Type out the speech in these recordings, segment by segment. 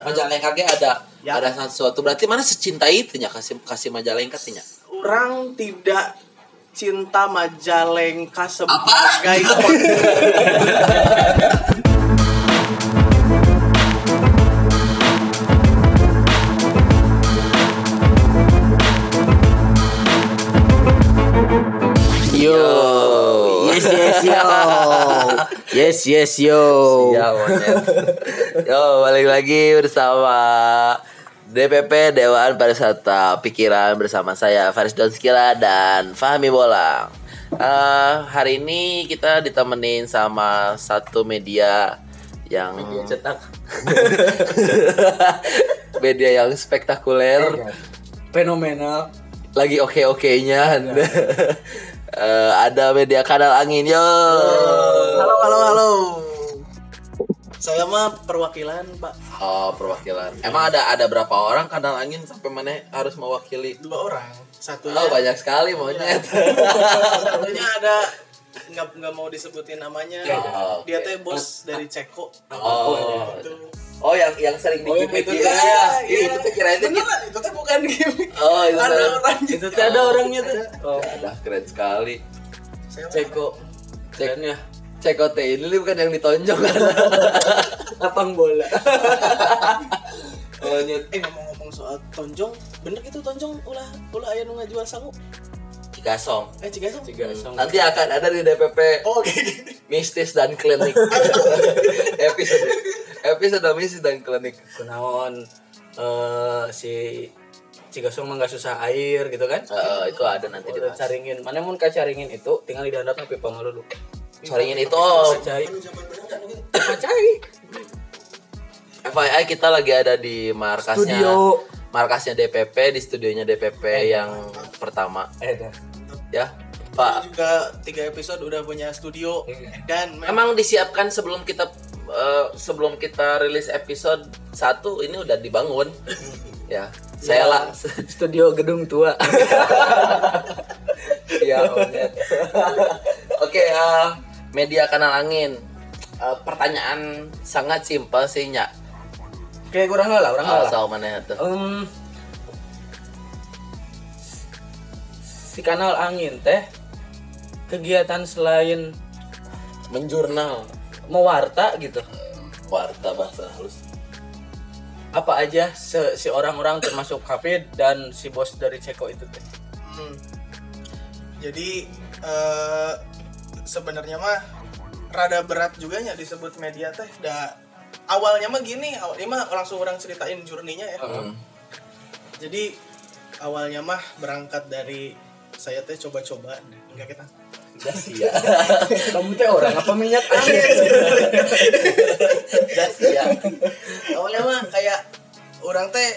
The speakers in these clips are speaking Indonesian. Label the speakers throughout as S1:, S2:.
S1: Majalengka ge ada sesuatu. Berarti mana secintai itu nya kasih Majalengka teh nya.
S2: Orang tidak cinta Majalengka sebagai
S3: Yo. Yes yo.
S1: Siap, monyet. Yo, balik lagi bersama DPP Dewan Pariwisata Pikiran bersama saya Faris Donskila dan Fahmi Bolang. Hari ini kita ditemenin sama satu media yang
S3: Cetak.
S1: media yang spektakuler,
S3: Fenomenal.
S1: lagi oke-okenya. Ada media Kanal Angin. Yo.
S2: Halo. Saya mah perwakilan, Pak.
S1: Oh, perwakilan. Emang ada berapa orang Kanal Angin sampai mana harus mewakili?
S2: 2 orang. Satunya
S1: Oh, banyak sekali monyet.
S2: satunya ada nggak mau disebutin namanya.
S1: Oh,
S2: Dia
S1: oke.
S2: teh bos dari Ceko.
S1: Oh.
S2: Gitu.
S1: Oh, yang sering di
S3: yang
S1: gimmick
S3: itu
S1: gitu
S3: teh,
S1: ya.
S2: Iya.
S1: Itu teh kirain teh gitu.
S2: Beneran, itu teh bukan gimmick.
S1: Oh, itu
S2: Ada
S1: teh.
S2: orangnya.
S3: Itu teh ada orangnya tuh. Oh,
S1: Ada keren sekali.
S2: Saya mah-
S3: Ceko. Kerennya
S1: Ceko teh ini bukan yang ditonjok kan.
S3: lapang bola.
S1: Monyet.
S2: ngomong-ngomong soal tonjong, bener gitu tonjong ulah aya nu ngajual sangu.
S1: Cigasong.
S2: Cigasong.
S1: Nanti akan ada di DPP
S2: Oh, oke.
S1: Mistis dan Klinik. episode Mistis dan Klinik.
S3: Kunaon si Cigasong mah gak susah air gitu kan?
S1: Itu ada nanti di
S3: Udah caringin. Mana mun kacaringin itu tinggal di handap pipa malu dulu.
S1: Caringin itu. Oh,
S3: Cai. Cai.
S1: FYI kita lagi ada di markasnya
S3: Studio.
S1: markasnya DPP, di studionya DPP yang pertama
S3: Dah.
S1: ya Pak.
S2: Juga 3 episode udah punya studio dan
S1: Emang disiapkan sebelum kita rilis episode 1 ini udah dibangun ya. Saya lah
S3: Studio gedung tua.
S1: ya. Oke, media Kanal Angin. Pertanyaan sangat simpel sih nya.
S3: Kayak kurang lah.
S1: Soal mana tuh?
S3: Si Kanal Angin teh kegiatan selain
S1: Menjurnal,
S3: mewarta gitu.
S1: warta bahasa halus.
S3: Apa aja si orang-orang termasuk Hafid dan si bos dari Ceko itu teh.
S2: Jadi sebenarnya mah rada berat juga nya disebut media teh. Awalnya mah gini, awalnya mah langsung orang ceritain journey-nya ya. Jadi awalnya mah berangkat dari saya teh coba-coba, enggak kita.
S1: Sia.
S3: Kamu teh orang apa minyak angin?
S1: Sia.
S2: Awalnya mah kayak orang teh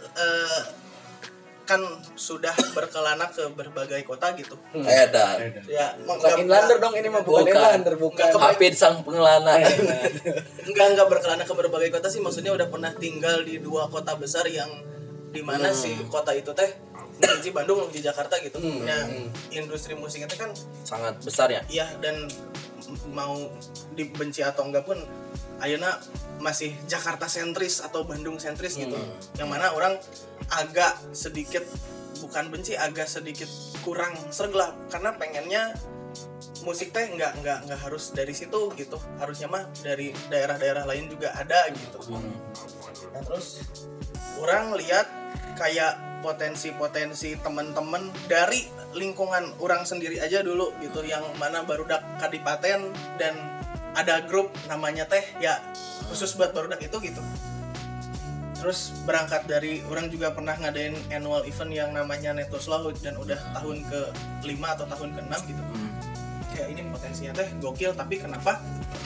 S2: kan sudah berkelana ke berbagai kota gitu.
S1: Edan.
S2: Ya,
S3: Bukan inlander dong ini mah bukan inlander bukan.
S1: Hafid sang pengelana.
S2: Enggak berkelana ke berbagai kota sih, maksudnya udah pernah tinggal di 2 kota besar yang dimana si kota itu teh di Bandung, di Jakarta gitu. Nah, industri musik itu kan
S1: Sangat besar ya.
S2: iya, dan mau dibenci atau enggak pun ayeuna masih Jakarta sentris atau Bandung sentris gitu. Yang mana orang agak sedikit bukan benci, agak sedikit kurang sreg lah, karena pengennya musik teh nggak harus dari situ gitu, harusnya mah dari daerah-daerah lain juga ada gitu. Nah, terus orang lihat kayak potensi teman-teman dari lingkungan orang sendiri aja dulu gitu, yang mana barudak kadipaten dan ada grup namanya teh ya khusus buat barudak itu gitu. Terus berangkat dari orang juga pernah ngadain annual event yang namanya Netos Laut dan udah tahun ke-5 atau tahun ke-6 gitu. Kayak ini potensinya teh gokil, tapi kenapa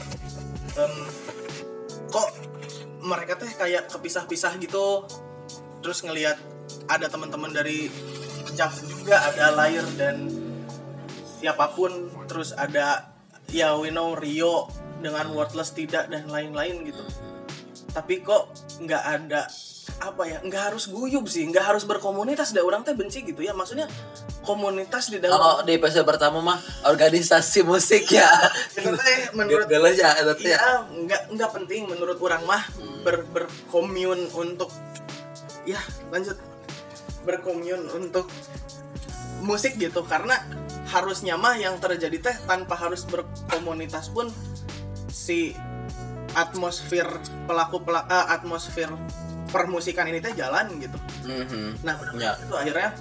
S2: kok mereka teh kayak kepisah-pisah gitu. Terus ngelihat ada teman-teman dari Jav juga, ada Lair dan siapapun, terus ada ya we know Rio dengan Wordless Tidak dan lain-lain gitu. Tapi kok nggak ada apa ya, nggak harus guyub sih, nggak harus berkomunitas, da orang teh benci gitu ya, maksudnya komunitas di dalam
S1: Kalau di episode pertama mah organisasi musik ya.
S2: itu teh menurut
S1: Galau ya, ya.
S2: ya nggak penting menurut orang mah berkomun untuk ya lanjut berkomun untuk musik gitu, karena harusnya mah yang terjadi teh tanpa harus berkomunitas pun si atmosfer atmosfer permusikan ini teh jalan gitu. Nah
S1: Ya.
S2: itu akhirnya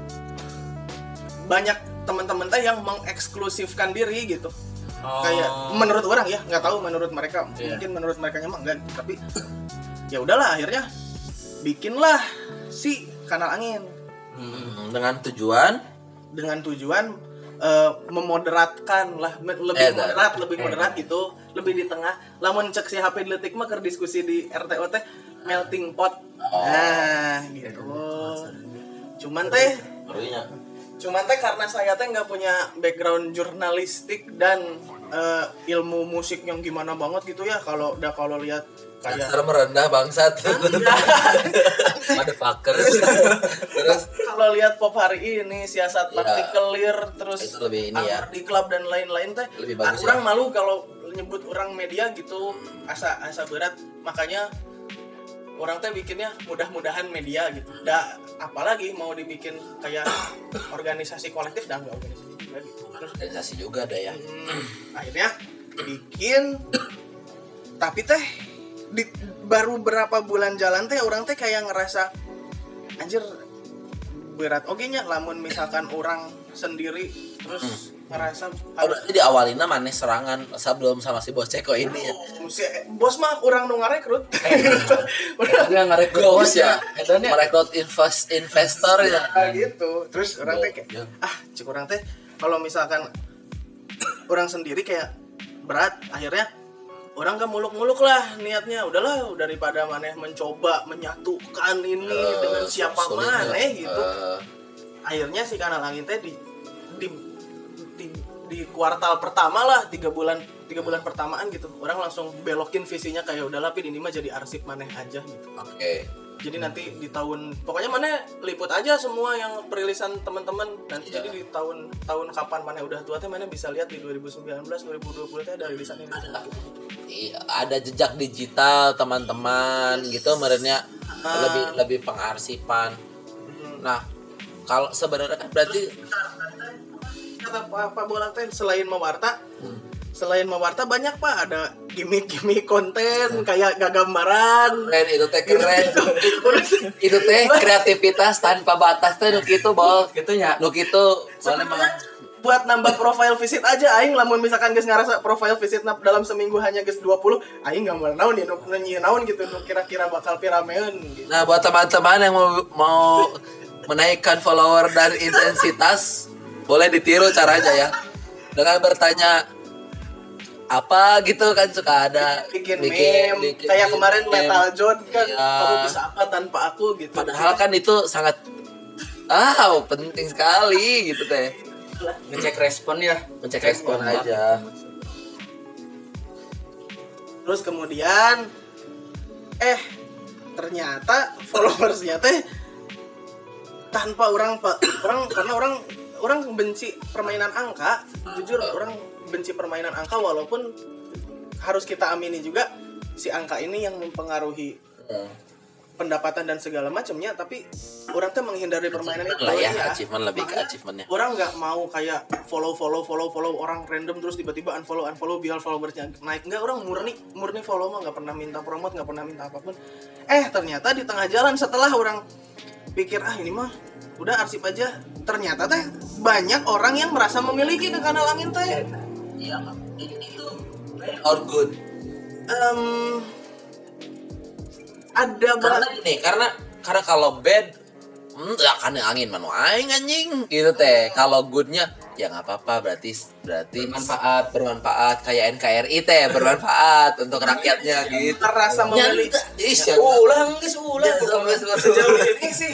S2: banyak teman-teman teh yang mengeksklusifkan diri gitu. Kayak menurut orang ya, nggak tahu menurut mereka, mungkin menurut mereka mah enggak, tapi ya udahlah akhirnya bikinlah si Kanal Angin
S1: Dengan tujuan
S2: memoderatkan lah, lebih moderat gitu, lebih di tengah. Lamun cek si HP Detik mah keur diskusi di RTO teh melting pot. Nah, gitu. Cuman teh karena saya teh nggak punya background jurnalistik dan ilmu musik yang gimana banget gitu ya, kalau lihat kayak
S1: dasar merendah bangsat. Motherfucker. Terus
S2: kalau lihat pop hari ini, siasat partikelir, terus
S1: itu lebih ini ya.
S2: di klub dan lain-lain teh,
S1: Lebih bagus
S2: orang malu kalau nyebut orang media gitu, asa berat. Makanya orang teh bikinnya mudah-mudahan media gitu. Apalagi mau dibikin kayak organisasi kolektif, enggak organisasi juga gitu. Terus
S1: organisasi juga ada ya.
S2: Akhirnya bikin, tapi teh baru berapa bulan jalan teh orang teh kayak ngerasa anjir berat nya lamun misalkan orang sendiri terus ngerasa
S1: Berarti di awalina maneh serangan sebelum sama si Bos Ceko ini ya.
S2: si bos mah orang nu ngarekrut.
S3: Dia ngarekrut bos ya.
S1: Merekrut investor ya.
S2: Gitu. Terus orang teh kayak cik orang teh kalau misalkan orang sendiri kayak berat, akhirnya orang gak muluk-muluk lah niatnya, udahlah daripada maneh mencoba menyatukan ini dengan siapa maneh gitu. Akhirnya si Kanal Angin teh di kuartal pertama lah, 3 bulan pertamaan gitu, orang langsung belokin visinya kayak udahlah Pin, ini mah jadi arsip maneh aja gitu.
S1: Oke.
S2: Jadi nanti di tahun, pokoknya maneh liput aja semua yang perilisan teman-teman nanti. Jadi di tahun kapan maneh udah tua teh maneh bisa lihat di 2019 2020 teh ada rilisan ini.
S1: Ada jejak digital teman-teman gitu, merenya lebih pengarsipan. Nah, kalau sebenarnya kan berarti
S2: kata Pak Bolang teh selain mewarta banyak Pak, ada gimmick konten kayak gak gambaran.
S1: keren, itu teh keren. Itu teh kreativitas tanpa batas teh nu kitu bol.
S3: Gitu nya.
S1: Nu kitu boleh mah.
S2: Buat nambah profile visit aja aing, lamun misalkan geus ngarasa profile visit dalam seminggu hanya geus 20, aing gambar naon ya nu naon gitu, nu kira-kira bakal pirameun gitu.
S1: Nah, buat teman-teman yang mau menaikkan follower dan intensitas, boleh ditiru caranya ya. Dengan bertanya apa gitu kan, suka ada
S2: bikin meme kayak kemarin
S1: meme.
S2: Metal John kan,
S1: Iya.
S2: kamu bisa apa tanpa aku gitu.
S1: Padahal kan itu sangat penting sekali gitu teh.
S3: Ngecek respon ya.
S1: Mencek respon aja.
S2: Terus kemudian ternyata followersnya teh tanpa karena orang benci permainan angka. Jujur orang benci permainan angka, walaupun harus kita amini juga si angka ini yang mempengaruhi pendapatan dan segala macamnya, tapi orang tuh menghindari permainan itu
S1: lah ya,
S2: ya.
S1: achievement lebih ke achievementnya.
S2: Orang nggak mau kayak follow orang random terus tiba-tiba unfollow biar followersnya naik. Nggak, orang murni follow mah, nggak pernah minta promote, nggak pernah minta apapun. Ternyata di tengah jalan setelah orang pikir ini mah udah arsip aja, ternyata teh banyak orang yang merasa memiliki ke Kanal Angin teh.
S1: Iya, itu or good.
S2: Ada
S1: Karena kalau bad ya kan angin manu aing anjing gitu teh. Kalau goodnya ya nggak apa-apa, berarti bermanfaat kayak NKRI teh, bermanfaat untuk rakyatnya gitu.
S2: terasa memiliki
S1: ulang
S2: sejauh ini sih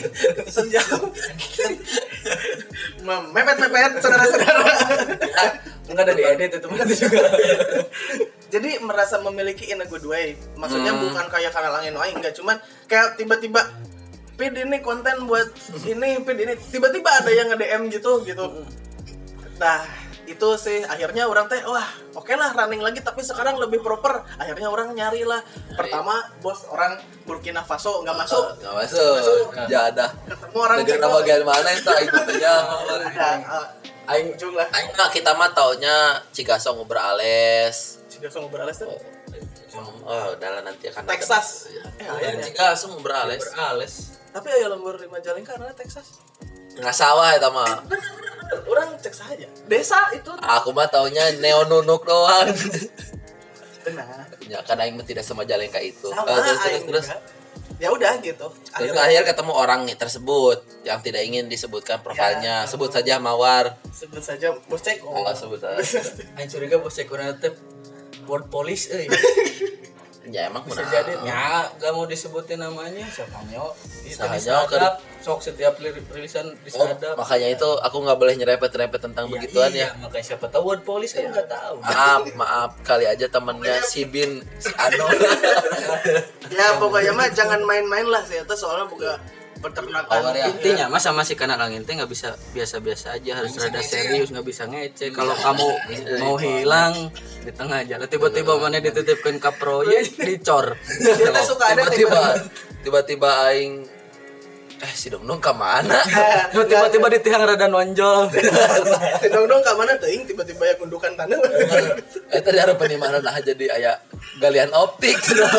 S2: mepet saudara-saudara.
S3: Enggak ada diedit itu juga.
S2: jadi merasa memiliki in a good way. Maksudnya bukan kayak kanal angin wae, enggak, cuman kayak tiba-tiba Pid ini konten buat ini, Pid ini tiba-tiba ada yang nge-DM gitu. Nah, itu sih akhirnya orang teh wah, oke lah running lagi tapi sekarang lebih proper. Akhirnya orang nyari lah. Pertama bos orang Burkina Faso nggak masuk.
S1: Ya ada.
S2: Ketemu orang
S1: negara bagian mana itu aing tanya.
S2: Aing jumlah.
S1: Aing mah kita mah taunya Cigasong berales.
S2: Cigasong berales tuh.
S1: Oh, udah lah nanti akan
S2: Texas.
S1: Cigasong berales.
S2: Tapi aya lembur di Majalengka karena Texas.
S1: Nggak sawah eta mah.
S2: Orang cek saja. Desa itu.
S1: Aku mah taunya Neonunuk doang.
S2: Benar.
S1: Ya kan aing mah tidak semajalengka itu.
S2: Sama
S1: Terus.
S2: Ya udah gitu.
S1: Terus akhir ketemu orang tersebut yang tidak ingin disebutkan profilnya. Sebut saja Mawar.
S2: Sebut saja Bos Ceko.
S1: Sebut saja.
S3: Aing curiga Bos Ceko teh word police euy.
S1: Ya emang
S3: Bisa
S1: benar.
S3: jadi ya gak mau disebutin namanya siapa nyo itu
S1: Sahanyo
S3: disadap sok setiap rilisan disadap.
S1: Makanya itu aku nggak boleh nyerempet tentang begituan ya.
S3: Makanya siapa tahu word police kan nggak tahu.
S1: Maaf kali aja temennya si Bin, si Ano.
S2: Ya pokoknya mah jangan main-main lah sih, itu soalnya buka peternakan.
S3: Intinya mas sama si kanal angin teh nggak bisa biasa-biasa aja, harus rada serius, nggak bisa ngecek. Kalau kamu mau hilang di tengah jalan tiba-tiba mana dititipkan ke proyek dicor.
S2: Kita suka ada
S1: tiba-tiba aing si Dongdong ke mana?
S3: Tiba-tiba di tiang rada nonjol.
S2: Si Dongdong ke mana teuing tiba-tiba ya gundukan tanah.
S1: Eta dihareupan di mana nah jadi aya galian optik.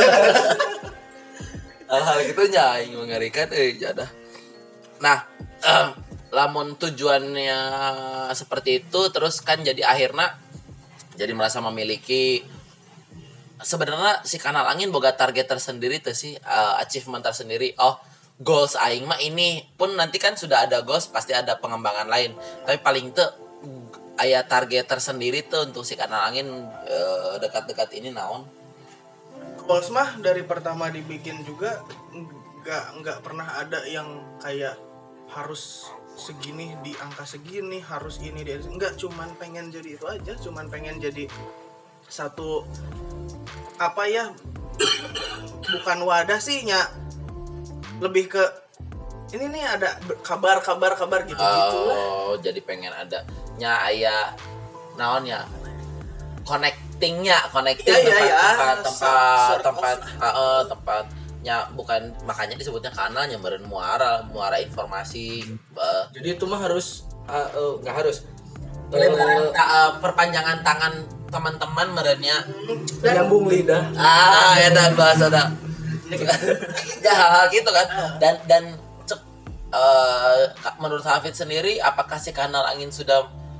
S1: Hal-hal gitu nya aing mengerikan jadah. Nah, lamun tujuannya seperti itu terus kan jadi akhirnya jadi merasa memiliki sebenarnya si kanal angin boga target tersendiri tuh sih, achievement tersendiri. Oh, goals aing mah ini pun nanti kan sudah ada goals pasti ada pengembangan lain. Tapi paling tuh aya target tersendiri tuh untuk si kanal angin dekat-dekat ini naon.
S2: Goals mah dari pertama dibikin juga nggak pernah ada yang kayak harus segini di angka segini, harus ini dia enggak, cuman pengen jadi itu aja, cuman pengen jadi satu apa ya, bukan wadah sih nya, lebih ke ini nih ada kabar gitu
S1: Oh, jadi pengen ada nya aya naon ya, connectingnya tempatnya, bukan makanya disebutnya kanalnya meureun muara informasi.
S3: Jadi itu mah harus nggak harus
S1: Perpanjangan tangan teman-teman mereunnya
S3: nyambung lidah.
S1: Edan bahasa dah. Ya hal-hal gitu kan. Dan menurut Hafid sendiri apakah si kanal angin sudah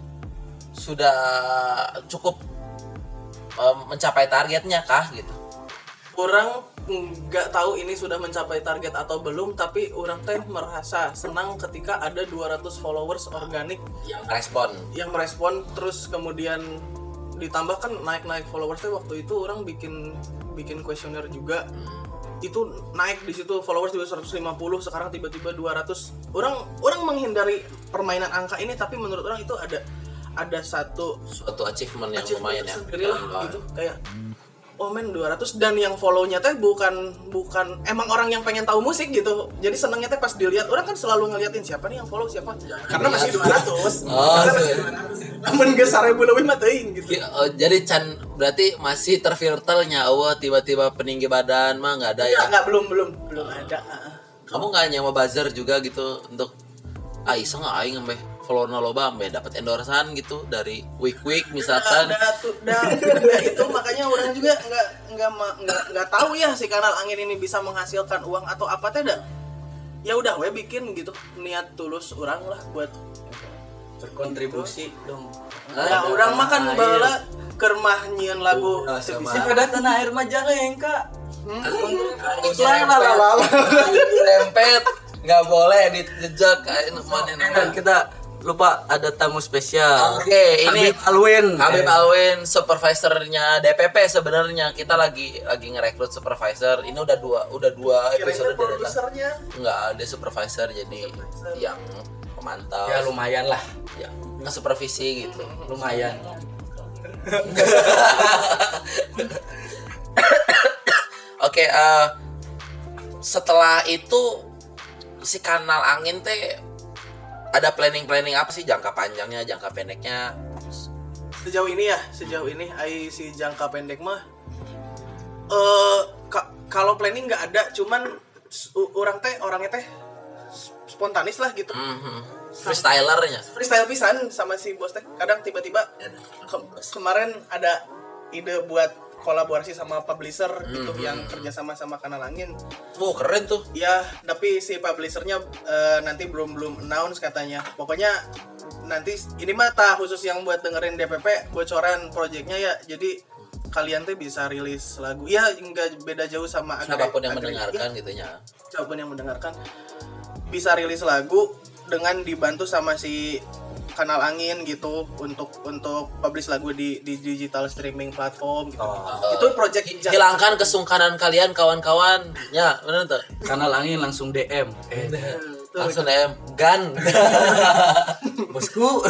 S1: cukup mencapai targetnya kah gitu?
S2: Orang nggak tahu ini sudah mencapai target atau belum, tapi orang teh merasa senang ketika ada 200 followers organik yang merespon terus kemudian ditambahkan naik followersnya. Waktu itu orang bikin kuesioner juga, itu naik di situ followers juga 150, sekarang tiba-tiba 200. Orang menghindari permainan angka ini, tapi menurut orang itu ada suatu
S1: achievement yang lumayan ya.
S2: Lah, gitu kayak oh men 200, dan yang follow-nya teh bukan emang orang yang pengen tahu musik gitu. Jadi senengnya teh pas dilihat, orang kan selalu ngeliatin siapa nih yang follow siapa. Karena masih 200. Namun geus 1000 leuwih mah teuing gitu.
S1: Jadi can berarti masih terfilternya tiba-tiba peninggi badan mah enggak ada ya.
S2: Enggak, belum ada.
S1: Kamu enggak nyawa buzzer juga gitu untuk iseng aing ngambe follower loba ambe dapat endorsean gitu dari week misalkan.
S2: Itu makanya orang juga nggak tahu ya si kanal angin ini bisa menghasilkan uang atau apa teh dah. Ya udah we bikin gitu, niat tulus orang lah buat
S3: berkontribusi dong.
S2: Ya orang makan baheula keur mah nyieun lagu
S3: bisa pada tanah air Majalengka.
S1: Lempet nggak boleh dijejak
S3: Dan kita lupa ada tamu spesial.
S1: Oke, ini
S3: Habib
S1: Alwin supervisornya DPP sebenarnya. Kita lagi ngerekrut supervisor. Ini udah dua episode
S2: produsernya.
S1: Enggak ada supervisor, jadi yang pemantau.
S3: Ya lumayan lah.
S1: Ya, nge-supervisi gitu.
S3: Lumayan.
S1: Oke, setelah itu si Kanal Angin teh ada planning apa sih, jangka panjangnya, jangka pendeknya?
S2: Sejauh ini si jangka pendek mah kalau planning nggak ada, cuman orangnya teh spontanis lah gitu.
S1: Freestylernya.
S2: Freestyle pisan sama si bos teh. Kadang tiba-tiba kemarin ada ide buat kolaborasi sama publisher gitu yang kerja sama Kanal Angin.
S1: Keren tuh.
S2: Ya, tapi si publishernya nanti belum announce katanya. Pokoknya nanti ini mah khusus yang buat dengerin DPP bocoran projectnya ya. Jadi kalian tuh bisa rilis lagu. Ya, nggak beda jauh sama
S1: siapapun yang mendengarkan gitunya.
S2: Siapapun yang mendengarkan bisa rilis lagu dengan dibantu sama si Kanal Angin gitu untuk publish lagu di digital streaming platform gitu. Itu project
S1: hilangkan kesungkanan kalian kawan-kawan. Ya, benar tuh.
S3: Kanal Angin langsung DM.
S1: Langsung DM gan.
S3: Bosku.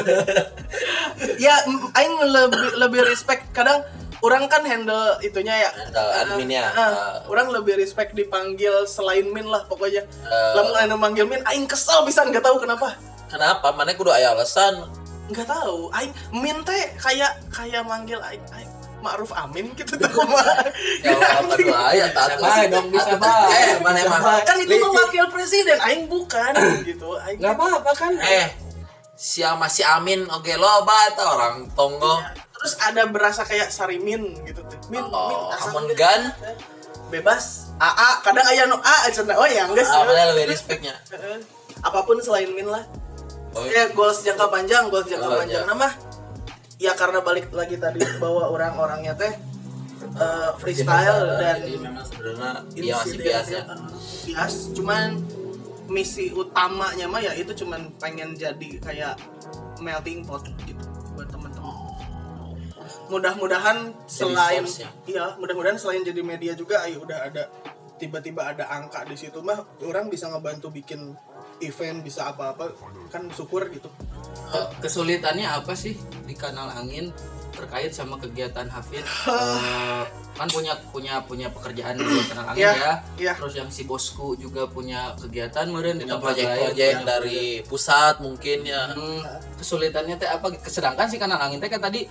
S2: Ya, aing lebih respect. Kadang orang kan handle itunya ya,
S1: adminnya.
S2: Orang lebih respect dipanggil selain Min lah pokoknya. Lamun anu manggil Min, aing kesel pisan, nggak tahu kenapa.
S1: Kenapa? Mana kudu aya alasan?
S2: Nggak tahu. Aing Min teh kayak manggil aing Ma'ruf Amin gitu tuh mah.
S1: Ya apa tuh aya
S3: Bisa dong, bisa bae.
S1: Mana emang?
S2: Kan itu mah wakil presiden, aing bukan gitu. Aing
S3: Enggak apa-apa kan.
S1: Si Amin oke loba eta orang tonggo.
S2: Terus ada berasa kayak Sarimin gitu tuh. Min
S1: amun gan
S2: bebas. AA kadang aya nu A cenah. Oh ya geus.
S1: Mana lebih respectnya.
S2: Apapun selain Min lah. Ya goals jangka panjang nama ya karena balik lagi tadi bahwa orang-orangnya teh freestyle dan
S1: jadi memang sebenarnya dia masih biasa.
S2: Bias, cuman misi utamanya mah ya itu cuman pengen jadi kayak melting pot gitu buat teman-teman. Mudah-mudahan selain mudah-mudahan selain jadi media juga ayo udah ada tiba-tiba ada angka di situ mah orang bisa ngebantu bikin event, bisa apa-apa kan syukur gitu.
S3: Kesulitannya apa sih di Kanal Angin terkait sama kegiatan Hafid? Kan punya pekerjaan di Kanal Angin ya. Terus yang si bosku juga punya kegiatan meureun di tempat lain
S1: dari pusat mungkin ya.
S3: Kesulitannya teh apa? Sedangkan si Kanal Angin teh kan tadi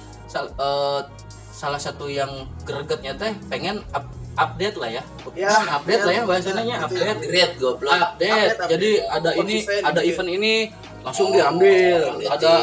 S3: salah satu yang gregetnya teh pengen update lah ya. Update lah ya bahasanya, update
S1: goblok.
S3: Update. Jadi ada event ini langsung diambil.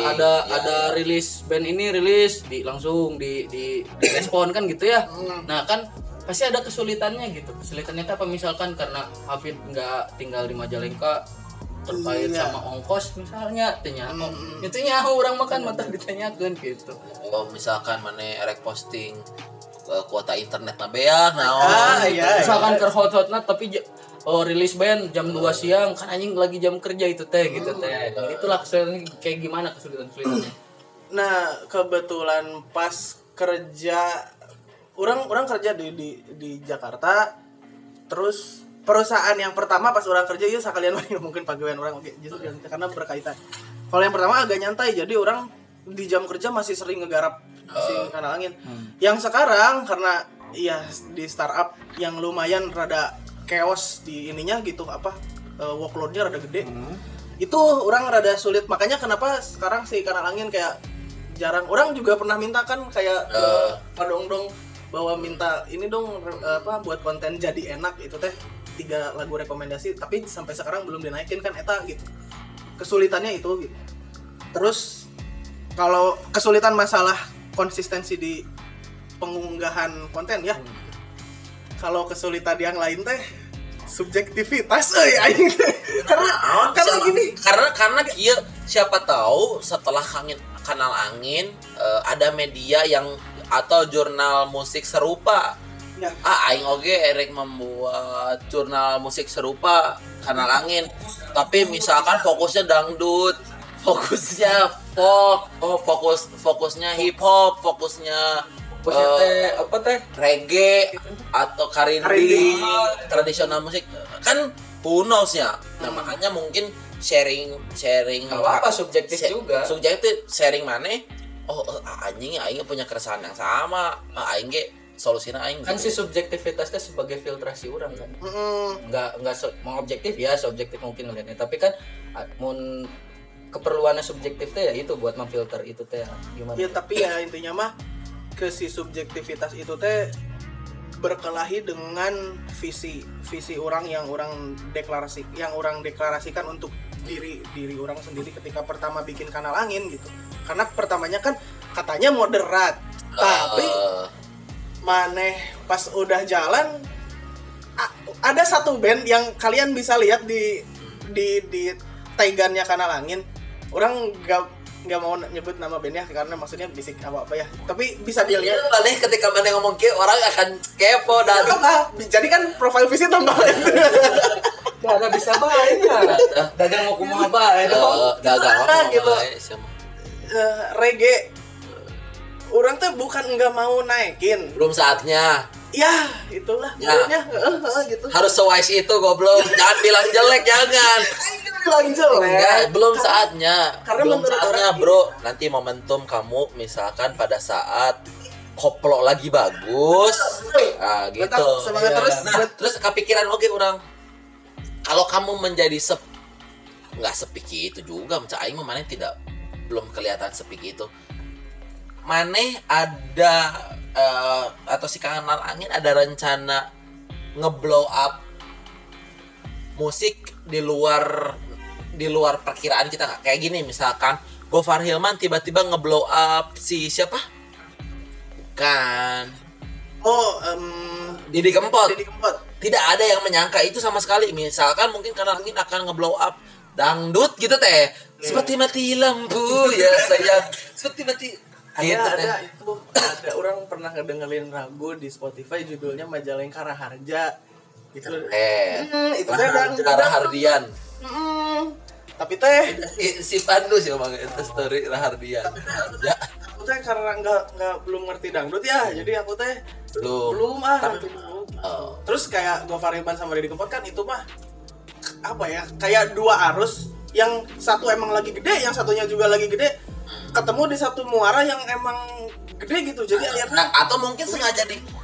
S3: Ada rilis band ini langsung di respon kan gitu ya. Nah, kan pasti ada kesulitannya gitu. Kesulitannya apa misalkan karena Hafid nggak tinggal di Majalengka terkait sama ongkos misalnya itunya orang makan mata ditanyakan gitu.
S1: Oh, misalkan mana erek posting kuota internet beak
S3: misalkan ke hot-hotna tapi rilis band jam 2 siang kan anjing lagi jam kerja itu teh gitu teh. Itulah kesulitan kayak gimana kesulitannya.
S2: Nah, kebetulan pas kerja orang kerja di Jakarta. Terus perusahaan yang pertama pas orang kerja ya sekalian mungkin pegawaian orang justru karena berkaitan. Kalau yang pertama agak nyantai, jadi orang di jam kerja masih sering ngegarap si Kanal Angin. Yang sekarang karena ya di startup yang lumayan rada chaos di ininya gitu workloadnya rada gede. Itu orang rada sulit, makanya kenapa sekarang si Kanal Angin kayak jarang. Orang juga pernah minta kan kayak Pak Dongdong bahwa minta ini dong buat konten jadi enak itu teh 3 lagu rekomendasi, tapi sampai sekarang belum dinaikin kan eta gitu. Kesulitannya itu gitu. Terus kalau kesulitan masalah konsistensi di pengunggahan konten ya. Kalau kesulitan yang lain teh subjektivitas aing. Karena gini,
S1: karena kieu siapa tahu setelah Kanal Angin ada media yang atau jurnal musik serupa. Ya. Aing oge erek membuat jurnal musik serupa Kanal Angin. Tapi misalkan fokusnya dangdut, fokusnya folk, fokusnya hip hop, fokusnya reggae atau karinding, tradisional musik kan who knows ya. Nah, makanya mungkin sharing
S3: apa subjektif juga.
S1: Subjektif sharing mana Anjing punya keresahan yang sama, aing ge solusinya aing
S3: kan
S1: gitu.
S3: si subjektivitasnya sebagai filtrasi orang kan. Enggak mau objektif ya, subjektif mungkin ngelihatnya, tapi kan mun keperluannya subjektif teh ya itu buat memfilter itu teh gimana.
S2: Ya tapi ya intinya mah ke si subjektivitas itu teh berkelahi dengan visi orang yang orang deklarasikan untuk diri orang sendiri ketika pertama bikin Kanal Angin gitu. Karena pertamanya kan katanya moderat, tapi maneh pas udah jalan ada satu band yang kalian bisa lihat di taggannya Kanal Angin. Orang nggak mau nyebut nama bandnya karena maksudnya bisik apa ya, tapi bisa dilihat.
S1: Maneh ketika maneh ngomong ke orang akan kepo dan
S2: jadi kan profile visit tambah.
S3: Ada bisa baik ya. Dagang mau kumaha bae dong.
S1: dagang
S2: gitu. Reggae orang tuh bukan nggak mau naikin,
S1: belum saatnya.
S2: ya itulah
S1: Ya.
S2: gitu.
S1: Harus sewise itu goblok. Jangan bilang jelek, jangan.
S2: Bilang jelek.
S1: Enggak, belum saatnya.
S2: Karena
S1: belum
S2: menurut
S1: saatnya,
S2: orang
S1: bro. Nanti momentum kamu misalkan pada saat koplo lagi bagus. Nah, gitu.
S2: Tetap semangat terus.
S1: Nah, terus kepikiran oke orang. Kalau kamu menjadi nggak sepiki itu juga, macam aing mana belum kelihatan sepiki itu. Maneh ada atau si Kanal Angin ada rencana ngeblow up musik di luar perkiraan kita nggak? Kayak gini misalkan Gofar Hilman tiba-tiba ngeblow up si siapa? Bukan. Didi Kempot. Tidak ada yang menyangka itu sama sekali. Misalkan mungkin Kanal Angin akan ngeblow up dangdut gitu teh. Seperti mati lampu ya sayang. Seperti mati.
S2: Ada orang pernah ngedengerin lagu di Spotify judulnya Majalengka Raharja gitu. Itu teh
S1: Rahardian.
S2: Tapi teh
S1: Si Pandu sih ngomong itu story Rahardian.
S2: aku teh karena nggak belum ngerti dangdut ya, jadi aku teh belum
S1: Tapi-
S2: gitu. Terus kayak Gofar Hilman sama Didi Kempot kan itu mah apa ya, kayak dua arus yang satu emang lagi gede, yang satunya juga lagi gede, ketemu di satu muara yang emang gede gitu. Jadi akhirnya
S1: atau mungkin sengaja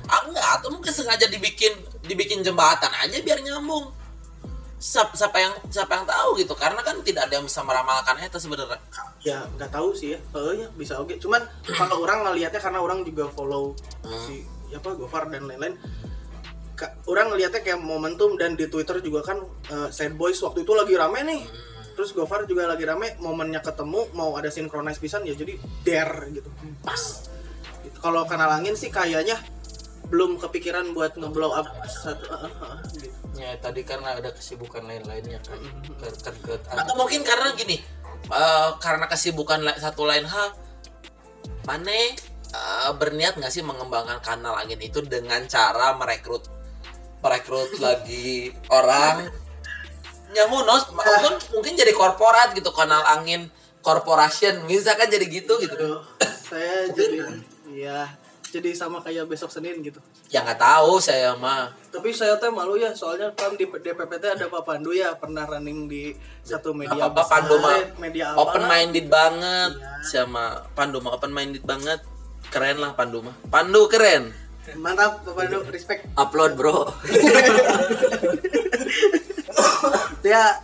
S1: dibikin jembatan aja biar nyambung. Siapa yang tahu gitu, karena kan tidak ada yang bisa meramalkan itu sebenarnya.
S2: ya nggak tahu sih ya, ya bisa oke. Cuman kalau orang ngelihatnya karena orang juga follow si Gofar dan lain-lain, orang ngelihatnya kayak momentum. Dan di Twitter juga kan Sad Boys waktu itu lagi rame nih, terus Gofar juga lagi rame, momennya ketemu mau ada synchronize pisan ya, jadi dare gitu pas gitu. Kalau Kanal Angin sih kayaknya belum kepikiran buat ngeblow up satu gitu.
S3: Ya tadi karena ada kesibukan lain-lainnya kan.
S1: Atau mungkin karena gini, karena kesibukan satu lain hal, Mane berniat nggak sih mengembangkan Kanal Angin itu dengan cara merekrut lagi orang nyamunos, mungkin jadi korporat gitu, Kanal Angin Corporation misalkan jadi gitu.
S2: Saya jadi sama kayak besok Senin gitu.
S1: Ya nggak tahu saya mah.
S2: Tapi saya teh malu ya, soalnya kan di DPPT ada Pak Pandu ya, pernah running di satu media
S1: Apa Pandu mah
S2: media
S1: open minded banget.
S2: Iya.
S1: Sama Pandu mah open minded banget. Keren lah Pandu mah. Pandu keren.
S2: Mantap Pak Pandu, respect.
S1: Upload bro.
S2: Ya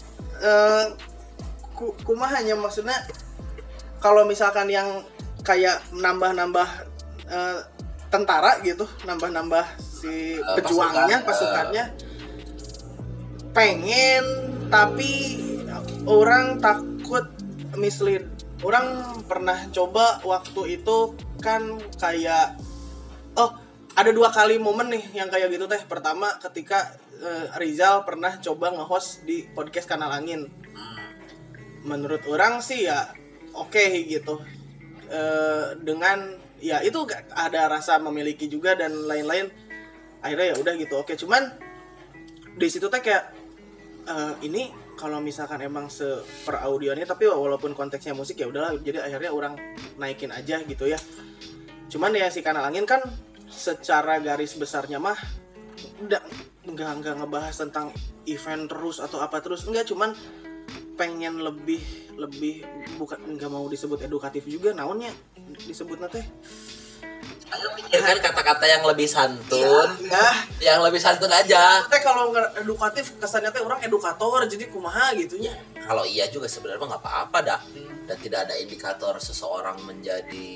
S2: kumah hanya maksudnya kalau misalkan yang kayak nambah tentara gitu, nambah si pejuangnya, pasukannya pengen, tapi orang takut mislead. Orang pernah coba waktu itu kan kayak ada 2 kali momen nih yang kayak gitu teh. Pertama ketika Rizal pernah coba nge-host di podcast Kanal Angin. Menurut orang sih ya oke gitu. Dengan ya itu ada rasa memiliki juga dan lain-lain. Akhirnya ya udah gitu oke. Cuman di situ teh kayak ini kalau misalkan emang per audionya, tapi walaupun konteksnya musik ya udahlah, jadi akhirnya orang naikin aja gitu ya. Cuman ya si Kanal Angin kan secara garis besarnya mah nggak ngebahas tentang event terus atau apa terus, enggak, cuman pengen lebih bukan nggak mau disebut edukatif juga naonnya disebutnya teh.
S1: Ayo pikirkan kata-kata yang lebih santun.
S2: Ya.
S1: Yang lebih santun aja.
S2: Teh kalau nggak edukatif kesannya teh orang edukator jadi kumaha gitu ya.
S1: Kalau iya juga sebenarnya nggak apa-apa dah. Dan tidak ada indikator seseorang menjadi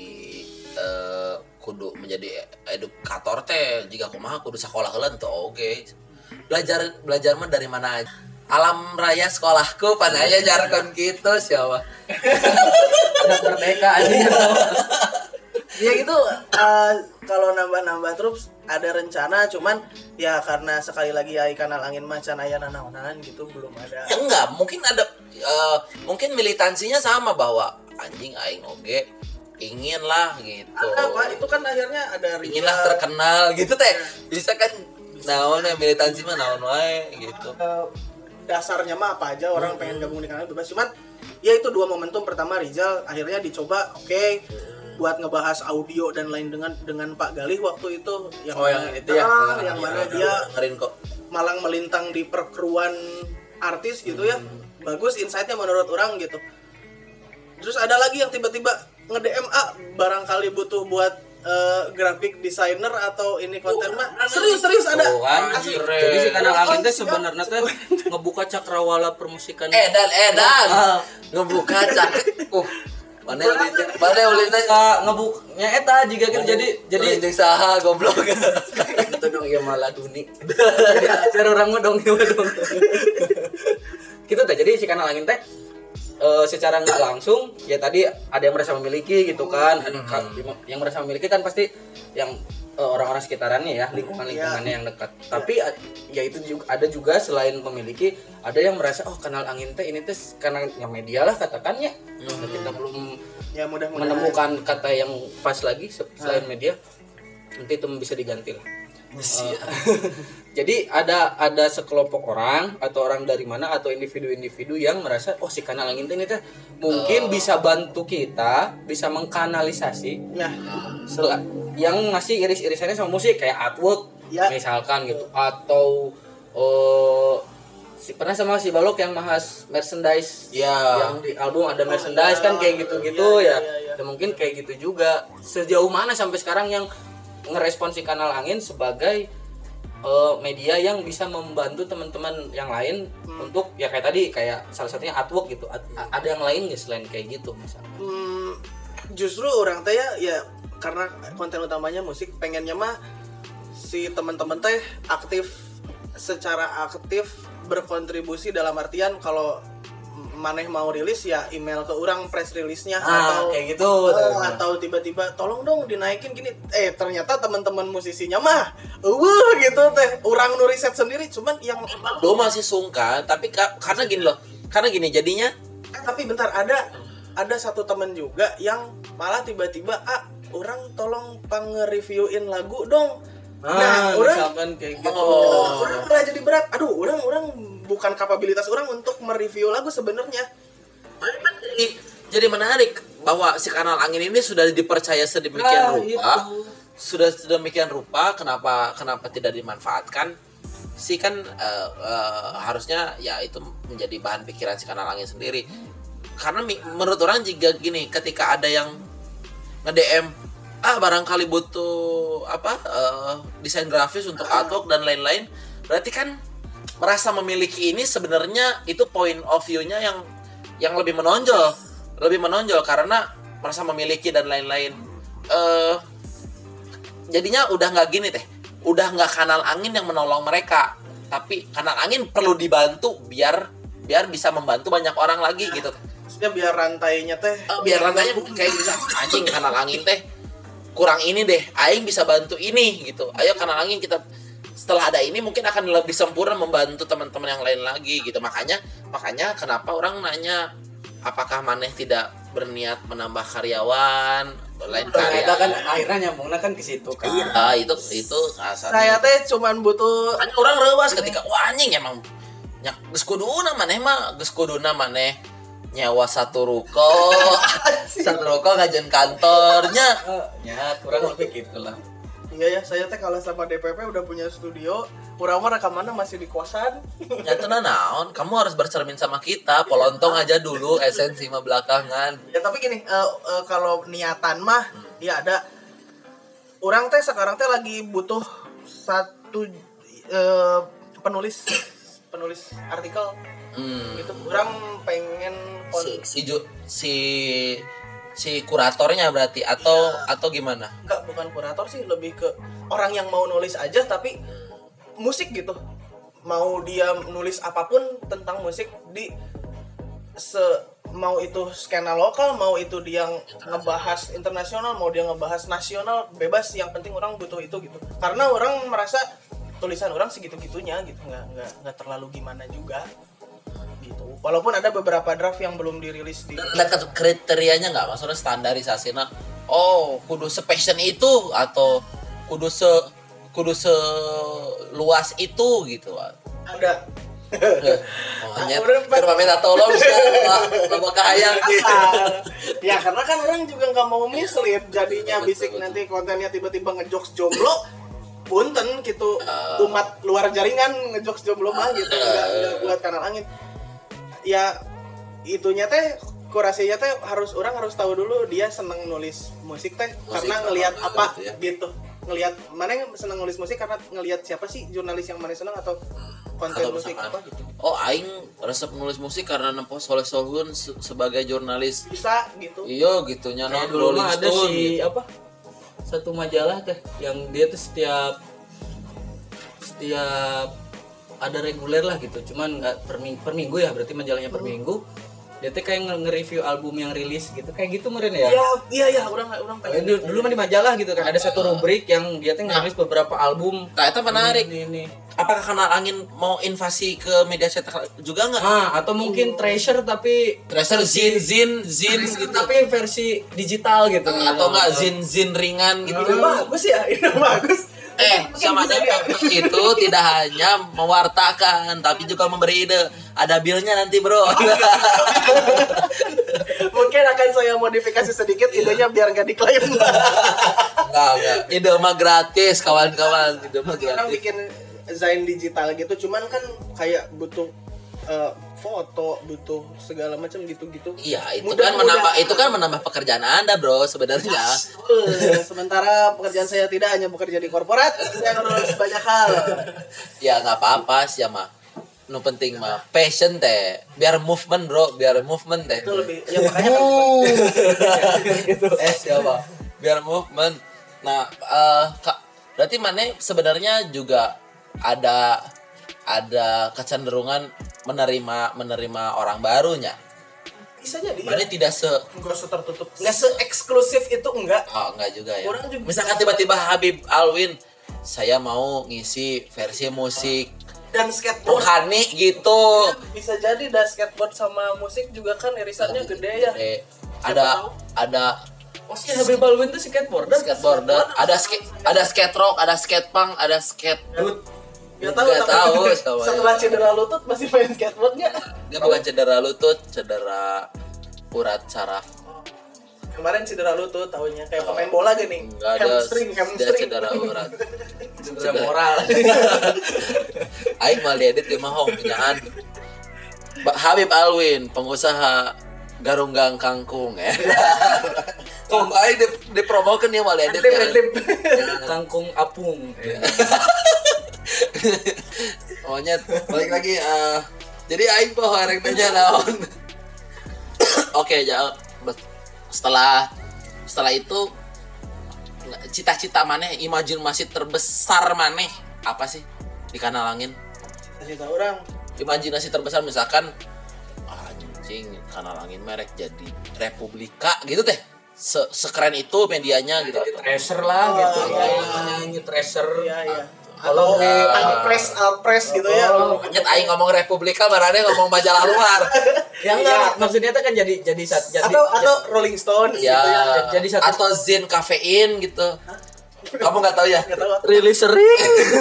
S1: kudu menjadi edukator teh jika kumaha kudu sakola heula teh oge. Belajar mah dari mana aja. Alam raya sekolahku panaya jargon gitu siapa.
S3: Anak merdeka aja.
S2: Ya gitu kalau nambah terus ada rencana cuman ya karena sekali lagi ai kanal angin macan aya nanaonan gitu belum ada.
S1: Ya enggak, mungkin ada mungkin militansinya sama bahwa anjing aing oge ingin lah gitu.
S2: Ada apa? Itu kan akhirnya ada
S1: inginlah terkenal gitu teh. Bisa kan naon ya militansi mah naon wae gitu.
S2: Dasarnya mah apa aja orang pengen gabung di kanal bebas cuman ya itu dua momentum. Pertama Rizal akhirnya dicoba oke, buat ngebahas audio dan lain dengan Pak Galih waktu itu yang
S3: itu ya
S2: yang mana dia
S1: Dengerin kok.
S2: malang melintang di perkeruan artis gitu ya. Bagus insight-nya menurut orang gitu. Terus ada lagi yang tiba-tiba nge-DM barangkali butuh buat graphic designer atau ini konten mah serius ada.
S3: Asli. Jadi si kanal angin teh sebenarnya teh ngebuka cakrawala permusikan.
S1: Dan ngebuka mana ulintnya
S3: ngebuknya eta juga gitu jadi
S1: saha goblok.
S3: Itu dong ya malah duni. Jadi ajar orang mah dong ieu dong. Gitu teh. Jadi si kanal angin teh secara nggak langsung ya tadi ada yang merasa memiliki gitu kan. Yang merasa memiliki kan pasti yang orang-orang sekitarannya ya, lingkungannya yang dekat. Tapi ya itu juga ada juga selain memiliki ada yang merasa oh kanal angin teh ini teh karena yang media lah katakannya. Kita belum
S2: Ya
S3: menemukan kata yang pas lagi selain media. Nanti itu bisa diganti lah. Jadi ada sekelompok orang atau orang dari mana atau individu-individu yang merasa oh si kanal angin ini teh mungkin bisa bantu kita bisa mengkanalisasi
S2: ya
S3: yang ngasih iris-irisannya sama musik kayak artwork
S2: ya.
S3: Misalkan gitu atau pernah sama si Balok yang bahas merchandise yang di album ada merchandise kan kayak gitu-gitu ya. Mungkin kayak gitu juga. Sejauh mana sampai sekarang yang ngerespon si kanal angin sebagai media yang bisa membantu teman-teman yang lain untuk ya kayak tadi kayak salah satunya artwork gitu. Ada yang lain nggak selain kayak gitu misalnya?
S2: Justru orang teh ya karena konten utamanya musik pengennya mah si teman-teman teh secara aktif berkontribusi dalam artian kalau maneh mau rilis ya email ke orang press release-nya atau
S3: kayak gitu
S2: atau tiba-tiba tolong dong dinaikin gini ternyata teman-teman musisinya mah gitu teh orang nu riset sendiri cuman yang
S1: lo masih sungkan tapi karena gini jadinya
S2: tapi bentar ada satu teman juga yang malah tiba-tiba orang tolong nge-reviewin lagu dong. Nah, orang
S3: kayak gitu.
S2: Orang malah jadi berat. Aduh, orang bukan kapabilitas orang untuk mereview lagu sebenarnya.
S1: Jadi menarik bahwa si kanal angin ini sudah dipercaya sedemikian rupa. Sudah sedemikian rupa kenapa tidak dimanfaatkan? Si kan harusnya ya itu menjadi bahan pikiran si kanal angin sendiri. Karena menurut orang juga gini, ketika ada yang nge-DM barangkali butuh desain grafis untuk artwork dan lain-lain, berarti kan merasa memiliki ini sebenarnya itu point of view-nya yang lebih menonjol karena merasa memiliki dan lain-lain. Jadinya udah nggak gini teh, udah nggak kanal angin yang menolong mereka, tapi kanal angin perlu dibantu biar bisa membantu banyak orang lagi gitu.
S2: Maksudnya biar rantainya
S1: kayak gitu. Anjing kanal angin teh kurang ini deh, aing bisa bantu ini gitu. Ayo kanal angin kita setelah ada ini mungkin akan lebih sempurna membantu teman-teman yang lain lagi gitu. Makanya kenapa orang nanya apakah maneh tidak berniat menambah karyawan lain karya.
S3: Ternyata kan akhirnya nyambungnya kan ke situ kan.
S1: Itu asalnya.
S2: Saya teh cuman butuh
S1: orang rewas ketika wah anjing emang geus kuduna maneh nyewa satu ruko ngajen kantornya
S3: ya kurang lebih gitulah.
S2: Iya ya, saya teh kalau sama DPP udah punya studio, urang mah rekamannya masih di kosan.
S1: Ya tenang naon, kamu harus bercermin sama kita. Polontong aja dulu, esensi mah belakangan.
S2: Ya tapi gini, kalau niatan mah ya ada. Orang teh sekarang teh lagi butuh satu penulis artikel gitu. Orang pengen
S1: si kuratornya berarti atau gimana?
S2: Enggak, bukan kurator sih, lebih ke orang yang mau nulis aja tapi musik gitu. Mau dia nulis apapun tentang musik mau itu skena lokal, mau itu dia ngebahas internasional, mau dia ngebahas nasional, bebas, yang penting orang butuh itu gitu. Karena orang merasa tulisan orang segitu-gitunya gitu, nggak terlalu gimana juga gitu. Walaupun ada beberapa draft yang belum dirilis di.
S1: Ada kriterianya nggak? Maksudnya standarisasinya? Oh, kudu sepassion itu atau kudu seluas itu gitu?
S2: Ada.
S1: Makanya coba minta tolong sama kahayang gitu.
S2: Ya karena kan orang juga nggak mau mislead, jadinya bisik nanti kontennya tiba-tiba ngejokes jomblo. Punten gitu, umat luar jaringan ngejokes jomblo mah gitu, nggak buat kanal angin. Ya itunya teh kurasinya teh orang harus tahu dulu dia seneng nulis musik teh karena ngelihat apa ya? Gitu. Ngelihat mana yang seneng nulis musik karena ngelihat siapa sih jurnalis yang mana seneng atau konten atau musik apa gitu.
S1: Oh, aing resep nulis musik karena nempo Soleh Solhun sebagai jurnalis.
S2: Bisa gitu.
S1: Iya gitunya non
S3: dulu mah ada si gitu. Apa? Satu majalah teh yang dia tuh setiap ada reguler lah gitu, cuman nggak per minggu ya, berarti majalahnya per minggu. Dia tuh kayak nge-review album yang rilis gitu, kayak gitu meren ya.
S2: Iya, orang pengen.
S3: Dulu mah di majalah gitu kan, ada satu rubrik yang dia tuh ngerilis beberapa album.
S1: Nah, itu menarik.
S3: Ini.
S1: Apakah Kanal Angin mau invasi ke media cetak juga nggak?
S3: Atau mungkin Treasure
S1: zin
S3: gitu. Tapi versi digital gitu.
S1: Atau nggak zin ringan gitu.
S2: Itu bagus ya, itu bagus.
S1: Sama itu tidak hanya mewartakan tapi juga memberi ide. Ada bilnya nanti bro.
S2: Mungkin akan saya modifikasi sedikit idenya biar nggak diklaim.
S1: Enggak. Ide mah gratis kawan-kawan. Ide mah gratis.
S2: Orang bikin desain digital gitu, cuman kan kayak butuh foto, butuh segala macam gitu-gitu.
S1: Iya, itu kan menambah pekerjaan Anda, bro, sebenarnya.
S2: Sementara pekerjaan saya tidak hanya bekerja di korporat, saya harus banyak hal.
S1: Ya nggak apa-apa sih mah. Nu penting mah passion teh. Biar movement, bro, biar movement teh.
S2: Itu lebih ya makanya
S1: gitu. Siapa? Biar movement. Nah, berarti mana sebenarnya juga ada kecenderungan menerima orang barunya.
S2: Bisa jadi.
S1: Mana tidak
S2: enggak tertutup, enggak eksklusif itu enggak.
S1: Oh, enggak juga ya.
S2: Orang juga
S1: misalkan tiba-tiba Habib Alwin, saya mau ngisi versi musik
S2: dan skateboard
S1: rohani gitu.
S2: Bisa jadi dah skateboard sama musik juga kan irisannya gede ya.
S1: Ada
S3: si Habib Alwin tuh skateboarder.
S1: Ada skate rock, ada skate punk, ada skate
S2: Gak tahu. Setelah cedera lutut masih main skateboard nggak?
S1: Dia bukan cedera lutut, cedera urat saraf.
S2: Kemarin cedera lutut, tahunya kayak pemain bola gini. Hamstring.
S1: Dia cedera urat.
S2: Cedera moral.
S1: Aing mal diedit di mahong punyaan. Habib Alwin, pengusaha garunggang kangkung ya. Aing dipromokeun ya mal diedit.
S3: Kangkung apung.
S1: Pokoknya balik lagi jadi aing poho arek tanya naon. Oke, setelah itu cita-cita maneh, imajinasi terbesar maneh apa sih di Kanal Angin?
S2: Cita orang
S1: Imajinasi terbesar misalkan anjing Kanal Angin merek jadi Republika gitu teh. Sekeren itu medianya gitu.
S3: Treasure lah gitu. Nyanyi Treasure.
S2: Iya. Kalau Alpres gitu ya.
S1: Nyet aing ngomong Republika barane ngomong majalah luar.
S3: Yang enggak maksudnya itu kan jadi
S2: atau Rolling Stone
S1: ya,
S2: gitu ya.
S1: Jadi satu atau Zin kafein gitu. Kamu enggak tahu ya?
S2: Enggak tahu.
S1: Rilis sering.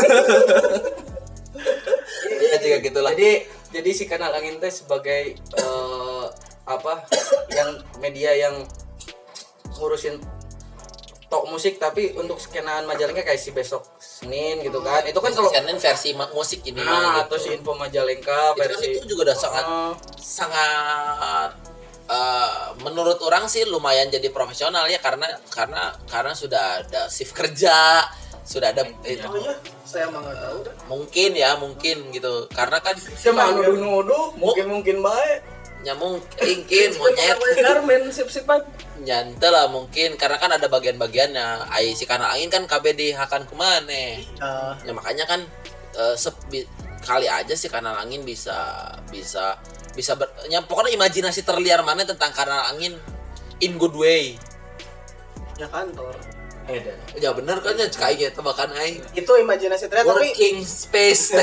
S1: Ya juga gitulah.
S3: Jadi si Kanal Angin teh sebagai yang media yang ngurusin tok musik tapi untuk skenaan Majalengka kayak si Besok Senin gitu kan. Itu kan kalau
S1: Senin versi musik ini
S3: nah,
S1: gitu.
S3: atau si Info Majalengka versi
S1: itu juga udah sangat menurut orang sih lumayan jadi profesional ya karena sudah ada shift kerja, sudah ada itu.
S2: Oh iya, saya mah nggak tahu.
S1: Mungkin gitu. Karena kan
S3: siapa nuduh mungkin baik.
S1: mungkin monyet
S2: Garmen sip-sipan.
S1: nyantel lah mungkin karena kan ada bagian-bagiannya. Ai si Kanal Angin kan KB dihakan kemana? Ya makanya kan kali aja sih Kanal Angin bisa pokoknya imajinasi terliar mana tentang Kanal Angin in good way.
S2: Ya kantor.
S1: Ya bener kan ya kayak gitu bahkan
S2: Itu imajinasi ternyata tapi
S1: working space.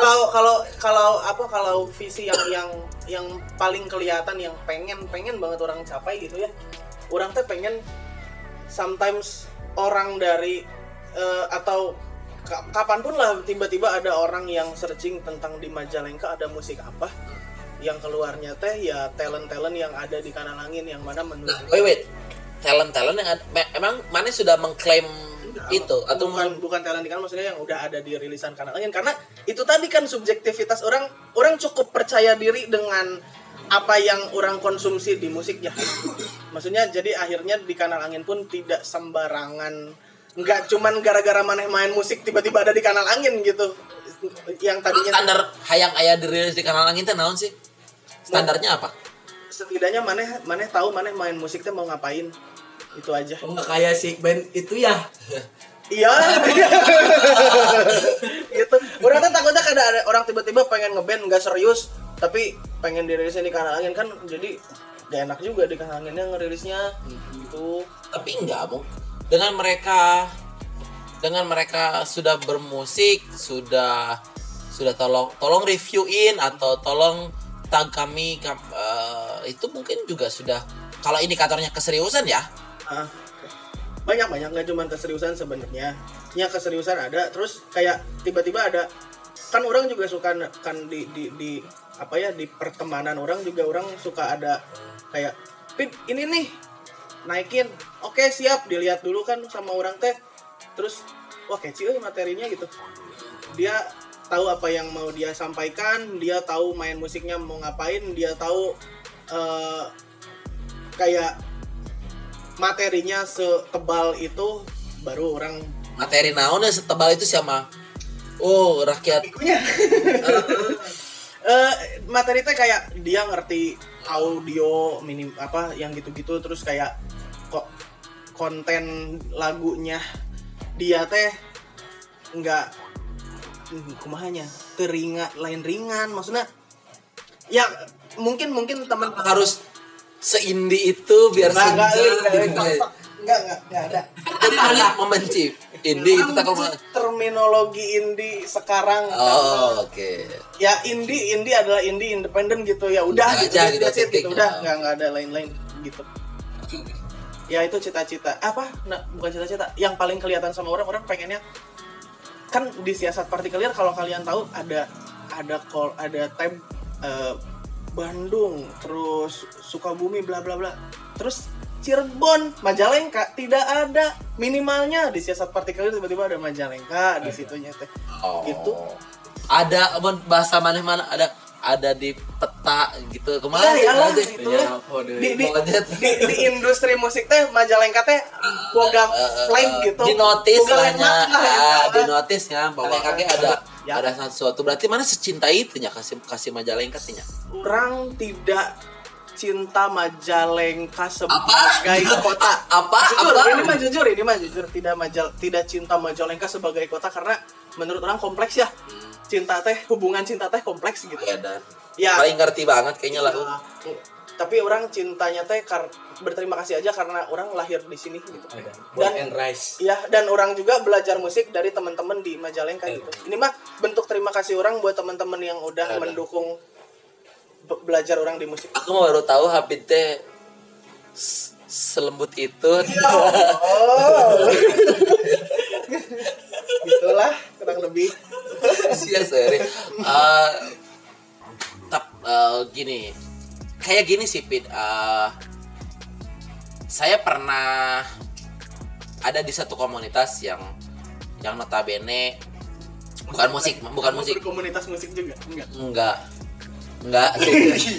S2: kalau visi yang paling kelihatan yang pengen banget orang capai gitu ya. Orang teh pengen sometimes orang dari atau kapanpun lah tiba-tiba ada orang yang searching tentang di Majalengka ada musik apa yang keluarnya teh ya talent yang ada di Kanal Angin yang mana menurut
S1: wait talent yang ada, emang mana sudah mengklaim itu atau
S2: bukan talent kan maksudnya yang udah ada di rilisan Kanal Angin karena itu tadi kan subjektivitas orang cukup percaya diri dengan apa yang orang konsumsi di musiknya. Maksudnya jadi akhirnya di Kanal Angin pun tidak sembarangan, nggak cuman gara-gara maneh main musik tiba-tiba ada di Kanal Angin gitu. Yang tadinya
S1: standar hayang aya dirilis di Kanal Angin teh naon sih? Standarnya apa?
S2: Setidaknya maneh tahu maneh main musik teh mau ngapain. Itu aja.
S3: Enggak kayak si band itu ya.
S2: Iya. Gitu. Orang kan takutnya ada orang tiba-tiba pengen ngeband nggak serius tapi pengen dirilisnya di Kanal Angin kan jadi gak enak juga di Kanal Anginnya ngerilisnya gitu.
S1: Tapi enggak dengan mereka sudah bermusik, sudah tolong reviewin atau tolong tag kami itu mungkin juga sudah kalau indikatornya keseriusan ya.
S2: Banyak nggak cuma keseriusan sebenarnya. Ya keseriusan ada, terus kayak tiba-tiba ada kan orang juga suka kan di apa ya di pertemanan orang juga orang suka ada kayak Pit ini nih naikin. Oke, siap dilihat dulu kan sama orang teh. Terus wah kecil materinya gitu. Dia tahu apa yang mau dia sampaikan, dia tahu main musiknya mau ngapain, dia tahu kayak materinya setebal itu baru orang
S1: materi naonnya setebal itu sama rakyat
S2: materi teh kayak dia ngerti audio minim apa yang gitu-gitu terus kayak kok konten lagunya dia teh enggak kumahanya lain ringan maksudnya ya mungkin teman
S1: harus seindie itu biar
S2: enggak ada.
S1: Jadi mana membenci indie itu tak
S2: terminologi indie sekarang.
S1: Oke.
S2: Ya indie adalah indie independen gitu ya udah
S1: gitu aja gitu.
S2: Udah enggak ada lain-lain gitu. Ya itu cita-cita apa? Nah, bukan cita-cita. Yang paling kelihatan sama orang pengennya kan di siasat partikelir kalau kalian tahu ada tab Bandung, terus Sukabumi bla bla bla. Terus Cirebon, Majalengka tidak ada minimalnya di siasat partikelir tiba-tiba ada Majalengka di situnya teh. Gitu.
S1: Ada bahasa mana ada di peta gitu kemana
S2: di industri musik teh Majalengka teh boga flag gitu
S1: di notis di notis kan bahwa kakek ada sesuatu berarti mana secinta itu nya kasih Majalengka nya
S2: orang tidak cinta Majalengka sebagai kota ini mah jujur tidak cinta Majalengka sebagai kota karena menurut orang kompleks ya. Hubungan cinta teh kompleks gitu.
S1: Ya, paling ngerti banget kayaknya lah.
S2: Tapi orang cintanya teh berterima kasih aja karena orang lahir di sini gitu. Dan dan orang juga belajar musik dari teman-teman di Majalengka gitu. Ini mah bentuk terima kasih orang buat teman-teman yang udah mendukung belajar orang di musik.
S1: Aku baru tahu Habib teh selembut itu.
S2: Itulah kurang lebih.
S1: Sia sorry. Gini. Kayak gini sih Pit. Saya pernah ada di satu komunitas yang notabene bukan musik.
S2: Komunitas musik juga
S1: enggak sih.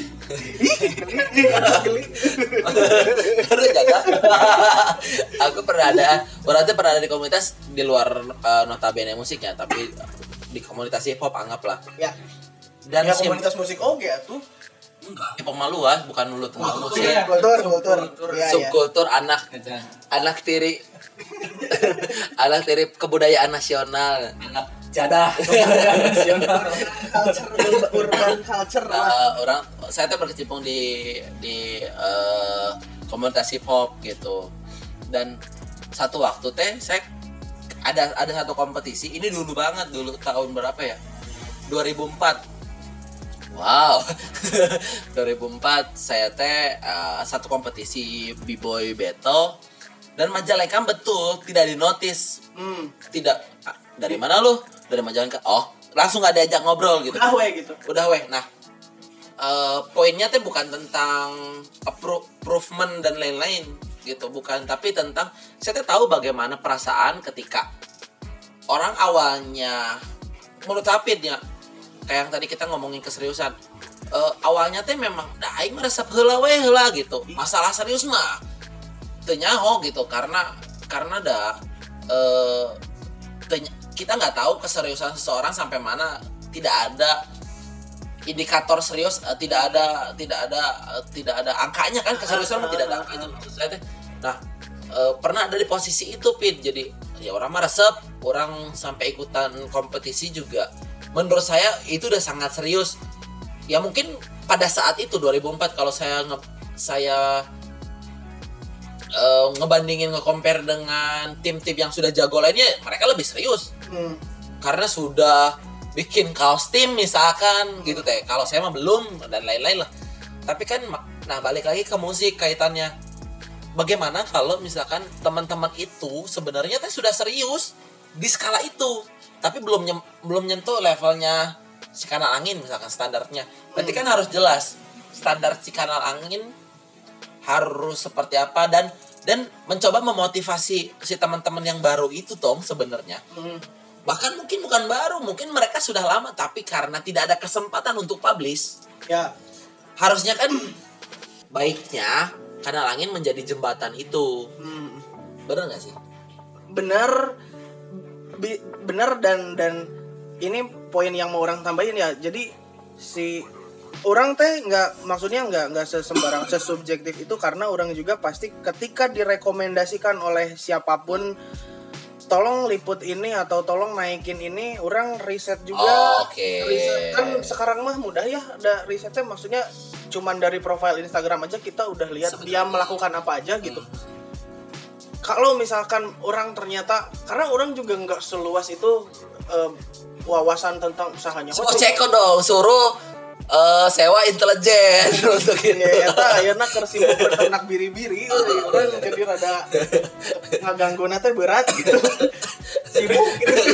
S1: Aduh, jaga. Aku pernah ada di komunitas di luar notabene musiknya, tapi di komunitas hip hop anggaplah.
S2: Ya.
S1: Dan
S2: ya komunitas musik oke tuh.
S1: Enggak, hip hop Maluan bukan dulu tentang musik.
S2: Kultur.
S1: Subkultur anak tiri anak tiri kebudayaan nasional.
S3: Anak jadah nasional.
S2: Urban culture
S1: Saya tuh berkecimpung di komunitas hip hop gitu. Dan satu waktu saya ada satu kompetisi, ini dulu tahun berapa ya? 2004. Wow. 2004 saya satu kompetisi B-boy battle dan Majalengka betul tidak dinotis. Tidak dari mana lu? Dari Majalengka. Oh, langsung gak diajak ngobrol gitu. Udah weh. Nah, poinnya tuh bukan tentang improvement dan lain-lain gitu, bukan, tapi tentang saya tahu bagaimana perasaan ketika orang awalnya menurut Hafid ya, kayak yang tadi kita ngomongin keseriusan, awalnya teh memang aing meresep heula gitu, masalah serius mah teu nyaho gitu, karena kita nggak tahu keseriusan seseorang sampai mana, tidak ada indikator serius, tidak ada angkanya kan, keseriusan mah tidak ada angkanya maksud saya teh. Nah, pernah ada di posisi itu Pit, jadi ya orang mah resep, orang sampai ikutan kompetisi juga. Menurut saya itu udah sangat serius. Ya mungkin pada saat itu 2004 kalau saya ngebandingin, nge-compare dengan tim-tim yang sudah jago lainnya, mereka lebih serius. Karena sudah bikin kaos tim misalkan gitu teh. Kalau saya mah belum dan lain-lain lah. Tapi kan nah balik lagi ke musik kaitannya. Bagaimana kalau misalkan teman-teman itu sebenarnya teh sudah serius di skala itu, tapi belum nyentuh levelnya si kanal angin misalkan standarnya. Berarti kan harus jelas standar si kanal angin harus seperti apa, dan mencoba memotivasi si teman-teman yang baru itu tong sebenarnya. Bahkan mungkin bukan baru, mungkin mereka sudah lama tapi karena tidak ada kesempatan untuk publish.
S2: Ya.
S1: Harusnya kan baiknya kanal angin menjadi jembatan itu. Bener nggak sih? Bener
S2: dan ini poin yang mau orang tambahin ya. Jadi si orang teh maksudnya nggak sesembarang sesubjektif itu, karena orang juga pasti ketika direkomendasikan oleh siapapun, tolong liput ini atau tolong naikin ini, orang riset juga. Riset kan sekarang mah mudah ya, ada risetnya, maksudnya cuman dari profil Instagram aja kita udah lihat dia melakukan apa aja gitu. Kalau misalkan orang ternyata, karena orang juga nggak seluas itu wawasan tentang usahanya.
S1: Ceko dong, suruh sewa intelijen untuk itu.
S2: Ya ayeuna keur sibuk berternak biri-biri, orang jadi rada ngagangguna teh berat gitu. Sibuk.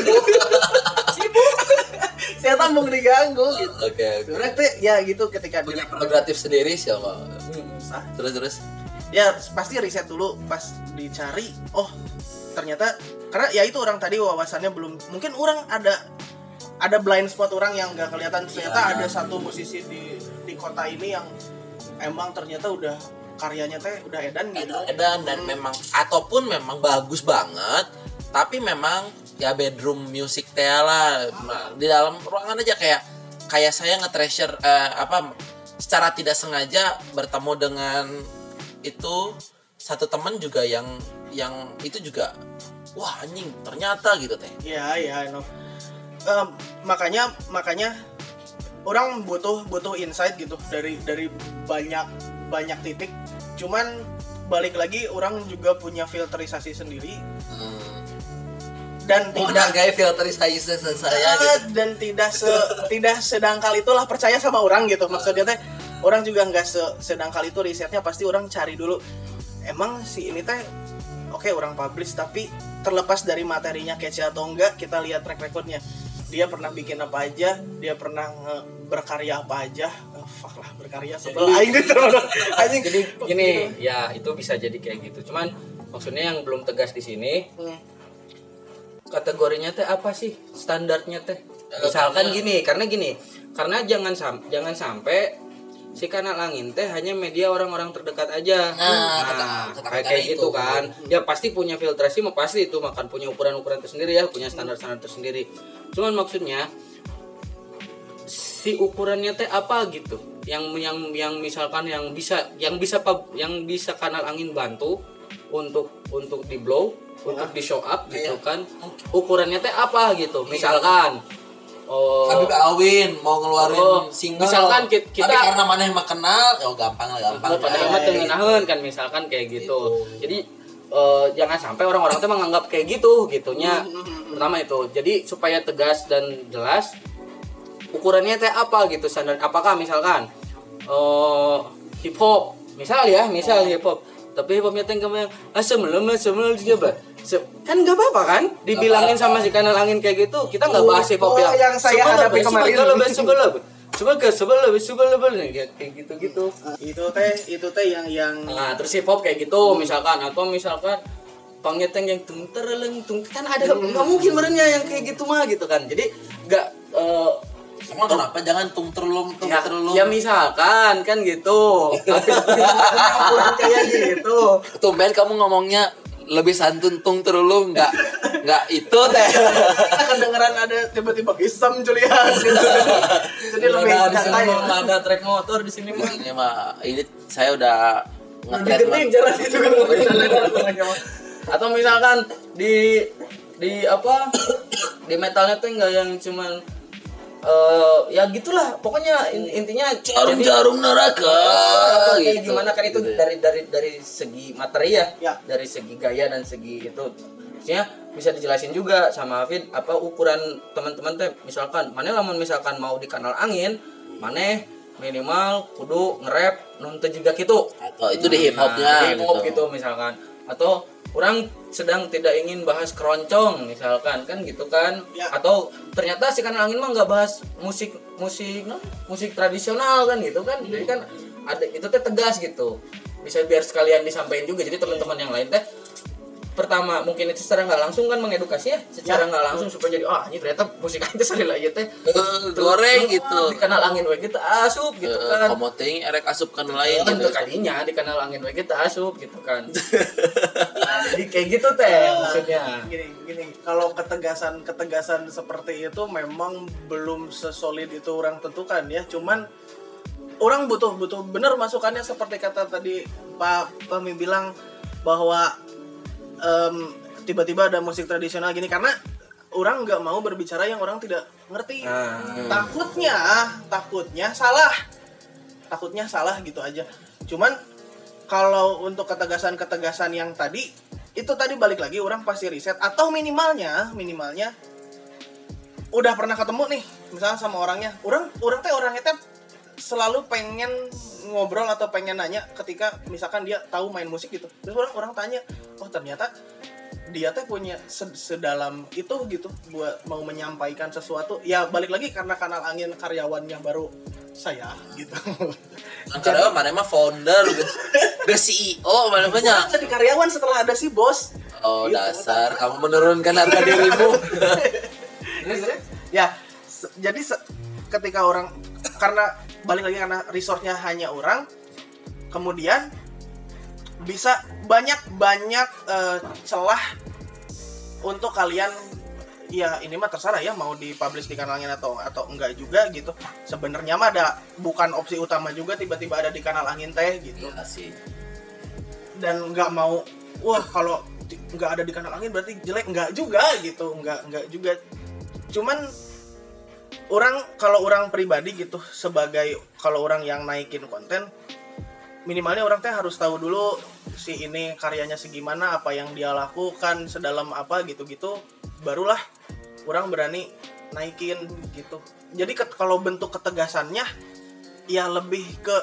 S2: Saya tambung diganggu gitu.
S1: Oke.
S2: Berarti ya gitu ketika
S1: punya kreatif sendiri siapa? Terus.
S2: Ya pasti riset dulu, pas dicari, oh ternyata, karena ya itu orang tadi wawasannya belum, mungkin orang ada blind spot orang yang nggak kelihatan, ternyata ada satu musisi di kota ini yang emang ternyata udah karyanya teh udah edan gitu.
S1: Edan dan memang ataupun memang bagus banget, tapi memang ya bedroom music teh lah, di dalam ruangan aja kayak saya nge-treasure secara tidak sengaja bertemu dengan itu satu teman juga yang itu juga, wah anjing ternyata gitu teh.
S2: Iya no. Makanya orang butuh insight gitu dari banyak titik. Cuman balik lagi orang juga punya filterisasi sendiri. Dan
S1: menghargai filterisasi saya gitu.
S2: Dan tidak sedangkal itulah percaya sama orang gitu. Maksudnya teh orang juga nggak sedangkal itu risetnya, pasti orang cari dulu emang si ini teh oke, orang publish, tapi terlepas dari materinya kece atau enggak, kita lihat track recordnya, dia pernah bikin apa aja, dia pernah berkarya apa aja. Fuck lah, berkarya sebel aing gitu.
S3: Jadi gini ya, itu bisa jadi kayak gitu. Cuman Maksudnya yang belum tegas di sini. Kategorinya teh apa sih? Standarnya teh. Misalkan gini, karena jangan sampai si kanal angin teh hanya media orang-orang terdekat aja. Kayak gitu kan. Ya pasti punya filtrasi, pasti itu makan punya ukuran-ukuran tersendiri ya, punya standar-standar tersendiri. Cuman maksudnya si ukurannya teh apa gitu. Yang misalkan yang bisa kanal angin bantu untuk di blow, untuk di show up gitu kan. Ukurannya teh apa gitu. Misalkan
S1: Habib Alwin mau ngeluarin single.
S3: Misalkan kita
S1: tapi karena mana yang kenal, gampang.
S3: Padahal mah tengenaheun kan misalkan kayak gitu. Jadi jangan sampai orang-orang tuh menganggap kayak gitunya. Pertama itu. Jadi supaya tegas dan jelas ukurannya teh apa gitu, standar. Apakah misalkan hip hop, misal hip hop. Tapi hip hopnya teh yang semelem coba. Kan nggak apa-apa kan dibilangin sama si kanal angin kayak gitu. Kita nggak bahas hip hop yang
S2: saya hadapi kemarin.
S3: Coba kayak gitu.
S2: Itu teh yang
S3: nah, terus hip hop kayak gitu misalkan, atau misalkan pangeteng yang tung kan ada nggak mungkin merenya yang kayak gitu mah gitu kan. Jadi nggak
S1: Emang kenapa jangan tung terlum.
S3: Ya misalkan kan gitu. Tapi kurang kayak gitu.
S1: Tumben kamu ngomongnya lebih santun tung terlum, enggak itu teh.
S2: Kedengeran ada tiba-tiba isem Julian gitu. Jadi lebih santai.
S3: Ada trek motor di sini mah.
S1: Ini mah ini saya udah
S2: nge-trend jalan itu kan.
S3: Atau misalkan di apa? Di metalnya tuh enggak yang cuman ya gitulah pokoknya intinya
S1: jarum neraka
S3: atau kayak
S1: gitu.
S3: Gimana kan itu dari segi materi ya, dari segi gaya dan segi itu maksudnya bisa dijelasin juga sama Hafid apa ukuran teman-teman teh. Misalkan mana lamun misalkan mau di kanal angin mana minimal kudu nge-rap nuntut juga gitu
S1: atau itu di hip hopnya
S3: hip hop gitu misalkan. Atau orang sedang tidak ingin bahas keroncong misalkan kan gitu kan ya. Atau ternyata si kanal angin mah nggak bahas musik tradisional kan gitu kan. Jadi kan ada itu teh tegas gitu, bisa biar sekalian disampaikan juga. Jadi teman-teman yang lain teh pertama mungkin itu secara nggak langsung kan mengedukasi ya secara nggak langsung supaya jadi ini ternyata musik itu sekali lagi teh
S1: goreng gitu
S3: di kanal angin we kita asup gitu kan
S1: komo teuing erek asup kanal lain
S3: gitu kalinya di kanal angin we kita asup gitu kan. Nah, jadi kayak gitu teh maksudnya
S2: gini kalau ketegasan seperti itu memang belum sesolid itu orang tentukan ya. Cuman orang butuh bener masukannya seperti kata tadi Pak Pami bilang bahwa tiba-tiba ada musik tradisional gini karena orang nggak mau berbicara yang orang tidak ngerti. Takutnya salah gitu aja. Cuman kalau untuk ketegasan yang tadi itu tadi balik lagi orang pasti riset atau minimalnya udah pernah ketemu nih misalnya sama orangnya. Orangnya teh selalu pengen ngobrol atau pengen nanya ketika misalkan dia tahu main musik gitu. Terus orang tanya, ternyata dia teh punya sedalam itu gitu buat mau menyampaikan sesuatu. Ya balik lagi karena kanal angin karyawannya baru saya gitu.
S1: Karyawan mana mah founder, gak CEO mana banyak.
S2: Jadi karyawan setelah ada si bos.
S1: Oh gitu, dasar kamu menurunkan harga dirimu.
S2: Ya jadi ketika orang karena balik lagi karena resource-nya hanya orang, kemudian bisa banyak celah untuk kalian. Ya ini mah terserah ya mau dipublish di kanalnya atau enggak juga gitu. Sebenarnya mah bukan opsi utama juga tiba-tiba ada di kanal angin teh gitu.
S1: Iya sih.
S2: Dan enggak mau kalau enggak ada di kanal angin berarti jelek, enggak juga gitu. Enggak juga. Cuman kalau orang pribadi gitu sebagai kalau orang yang naikin konten minimalnya orang teh harus tahu dulu si ini karyanya segimana, apa yang dia lakukan sedalam apa gitu-gitu, barulah orang berani naikin gitu. Jadi kalau bentuk ketegasannya ya lebih ke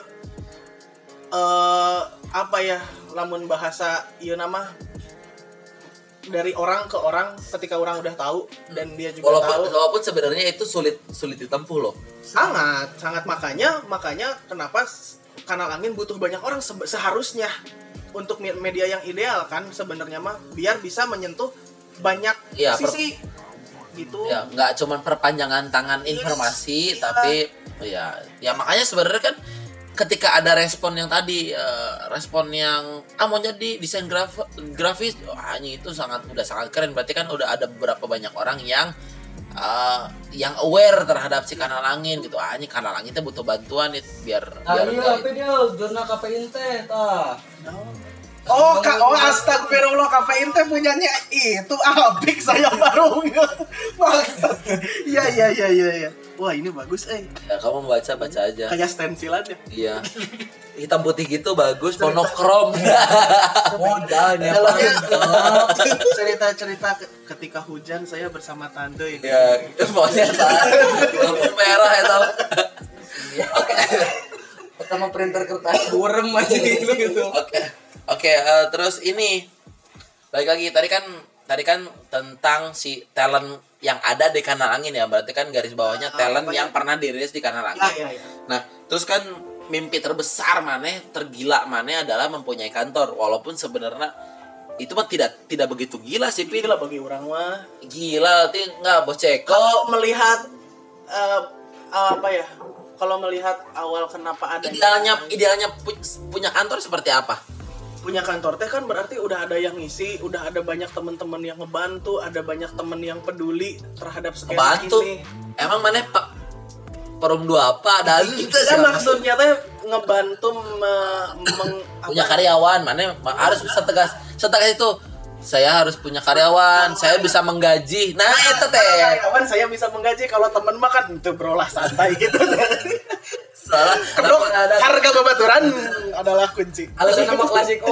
S2: lamun bahasa ieu nama dari orang ke orang ketika orang udah tahu dan dia juga tahu.
S1: Walaupun sebenarnya itu sulit ditempuh loh.
S2: Sangat makanya kenapa kanal angin butuh banyak orang seharusnya untuk media yang ideal kan sebenarnya mah, biar bisa menyentuh banyak sisi gitu.
S1: Ya, nggak cuma perpanjangan tangan informasi, tapi ya makanya sebenarnya kan ketika ada respon yang tadi, respon yang mau jadi desain grafis, hanya itu udah sangat keren. Berarti kan udah ada beberapa banyak orang yang aware terhadap si Kanal Angin gitu. Ini Kanal Angin teh butuh bantuan nih biar
S3: tapi dia zona kafein teh tah.
S2: Astagfirullah, kafein teh punyanya itu Abik, saya baru maksud. Iya. Wah, ini bagus
S1: Ya, kamu baca aja.
S2: Kayak stensilan ya.
S1: Iya. Hitam putih gitu bagus, monokrom.
S3: Modalnya
S2: cerita ketika hujan saya bersama tante ini.
S1: Ya, pokoknya lampu merah ya tau. Oke.
S3: Pertama printer kertas burem aja gitu.
S1: Oke, terus ini balik lagi tadi kan tentang si talent yang ada di Kanal Angin ya. Berarti kan garis bawahnya talent yang pernah dirilis di Kanal Angin.
S2: Ya.
S1: Nah, terus kan mimpi terbesar tergila adalah mempunyai kantor, walaupun sebenarnya itu mah tidak begitu gila sih,
S2: gila bagi orang mah.
S1: Gila, tapi nggak bocek.
S2: Kalau melihat kalau melihat awal kenapa ada
S1: idealnya punya kantor seperti apa?
S2: Punya kantor teh kan berarti udah ada yang ngisi, udah ada banyak teman-teman yang ngebantu, ada banyak teman yang peduli terhadap skena ini.
S1: Emang mana perum 2 apa? Dan
S2: kan maksudnya teh ngebantu
S1: punya karyawan, mana harus setegas itu. Saya harus punya karyawan, saya bisa menggaji. Nah, itu teh.
S2: Karyawan saya bisa menggaji, kalau teman mah kan itu berolah santai gitu.
S1: Salah.
S2: Harga babaturan adalah kunci.
S3: Alasan nama klasik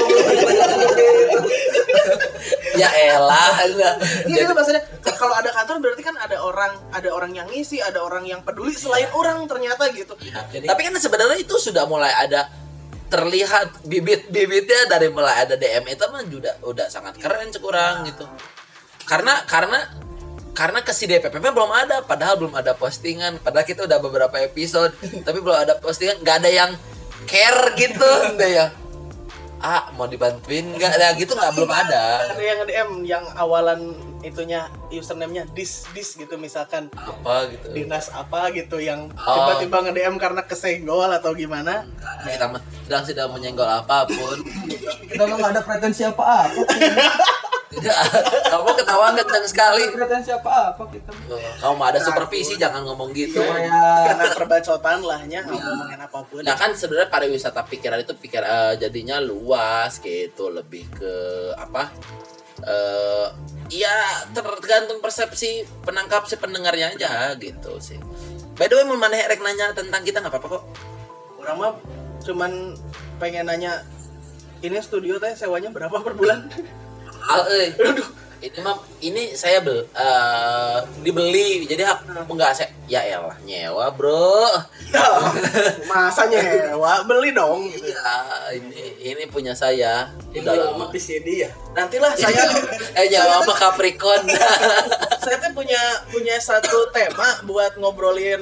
S1: Ya elah.
S2: Jadi maksudnya kalau ada kantor berarti kan ada orang yang ngisi, ada orang yang peduli selain orang ternyata gitu.
S1: Ya, tapi kan sebenarnya itu sudah mulai ada terlihat bibitnya dari mulai ada DM itu mah udah sangat keren kurang gitu. Karena ke si DPPP belum ada, padahal belum ada postingan, padahal kita udah beberapa episode tapi belum ada postingan, nggak ada yang care gitu deh ya. Mau dibantuin nggak? Nah gitu belum ada.
S2: Ada yang DM yang awalan itunya username-nya dis gitu misalkan
S1: apa gitu.
S2: Dinas apa gitu yang tiba-tiba nge-DM karena kesenggol atau gimana.
S1: Kita sedang menyenggol apapun.
S3: Kita nggak ada pretensi apa-apa.
S1: Tidak, kamu ketawa kencang sekali.
S3: Pretensi apa kita?
S1: Kamu ada supervisi, jangan ngomong gitu.
S2: Karena perbacotan lahnya ngomongin apapun.
S1: Nah kan sebenarnya pariwisata pikiran itu jadinya luas gitu, lebih ke apa? Ya tergantung persepsi penangkap si pendengarnya aja gitu sih. By the way, mau mana rek nanya tentang kita nggak apa-apa kok.
S2: Orang mah cuman pengen nanya, ini studio teh sewanya berapa per bulan? Ini saya dibeli, jadi enggak saya ya elah nyewa bro. Ya, masa nyewa, beli dong gitu.
S1: Ya, ini punya saya.
S3: Udah lama di sini ya.
S2: Nantilah saya
S1: nyewa sama Capricorn.
S2: Saya tuh punya satu tema buat ngobrolin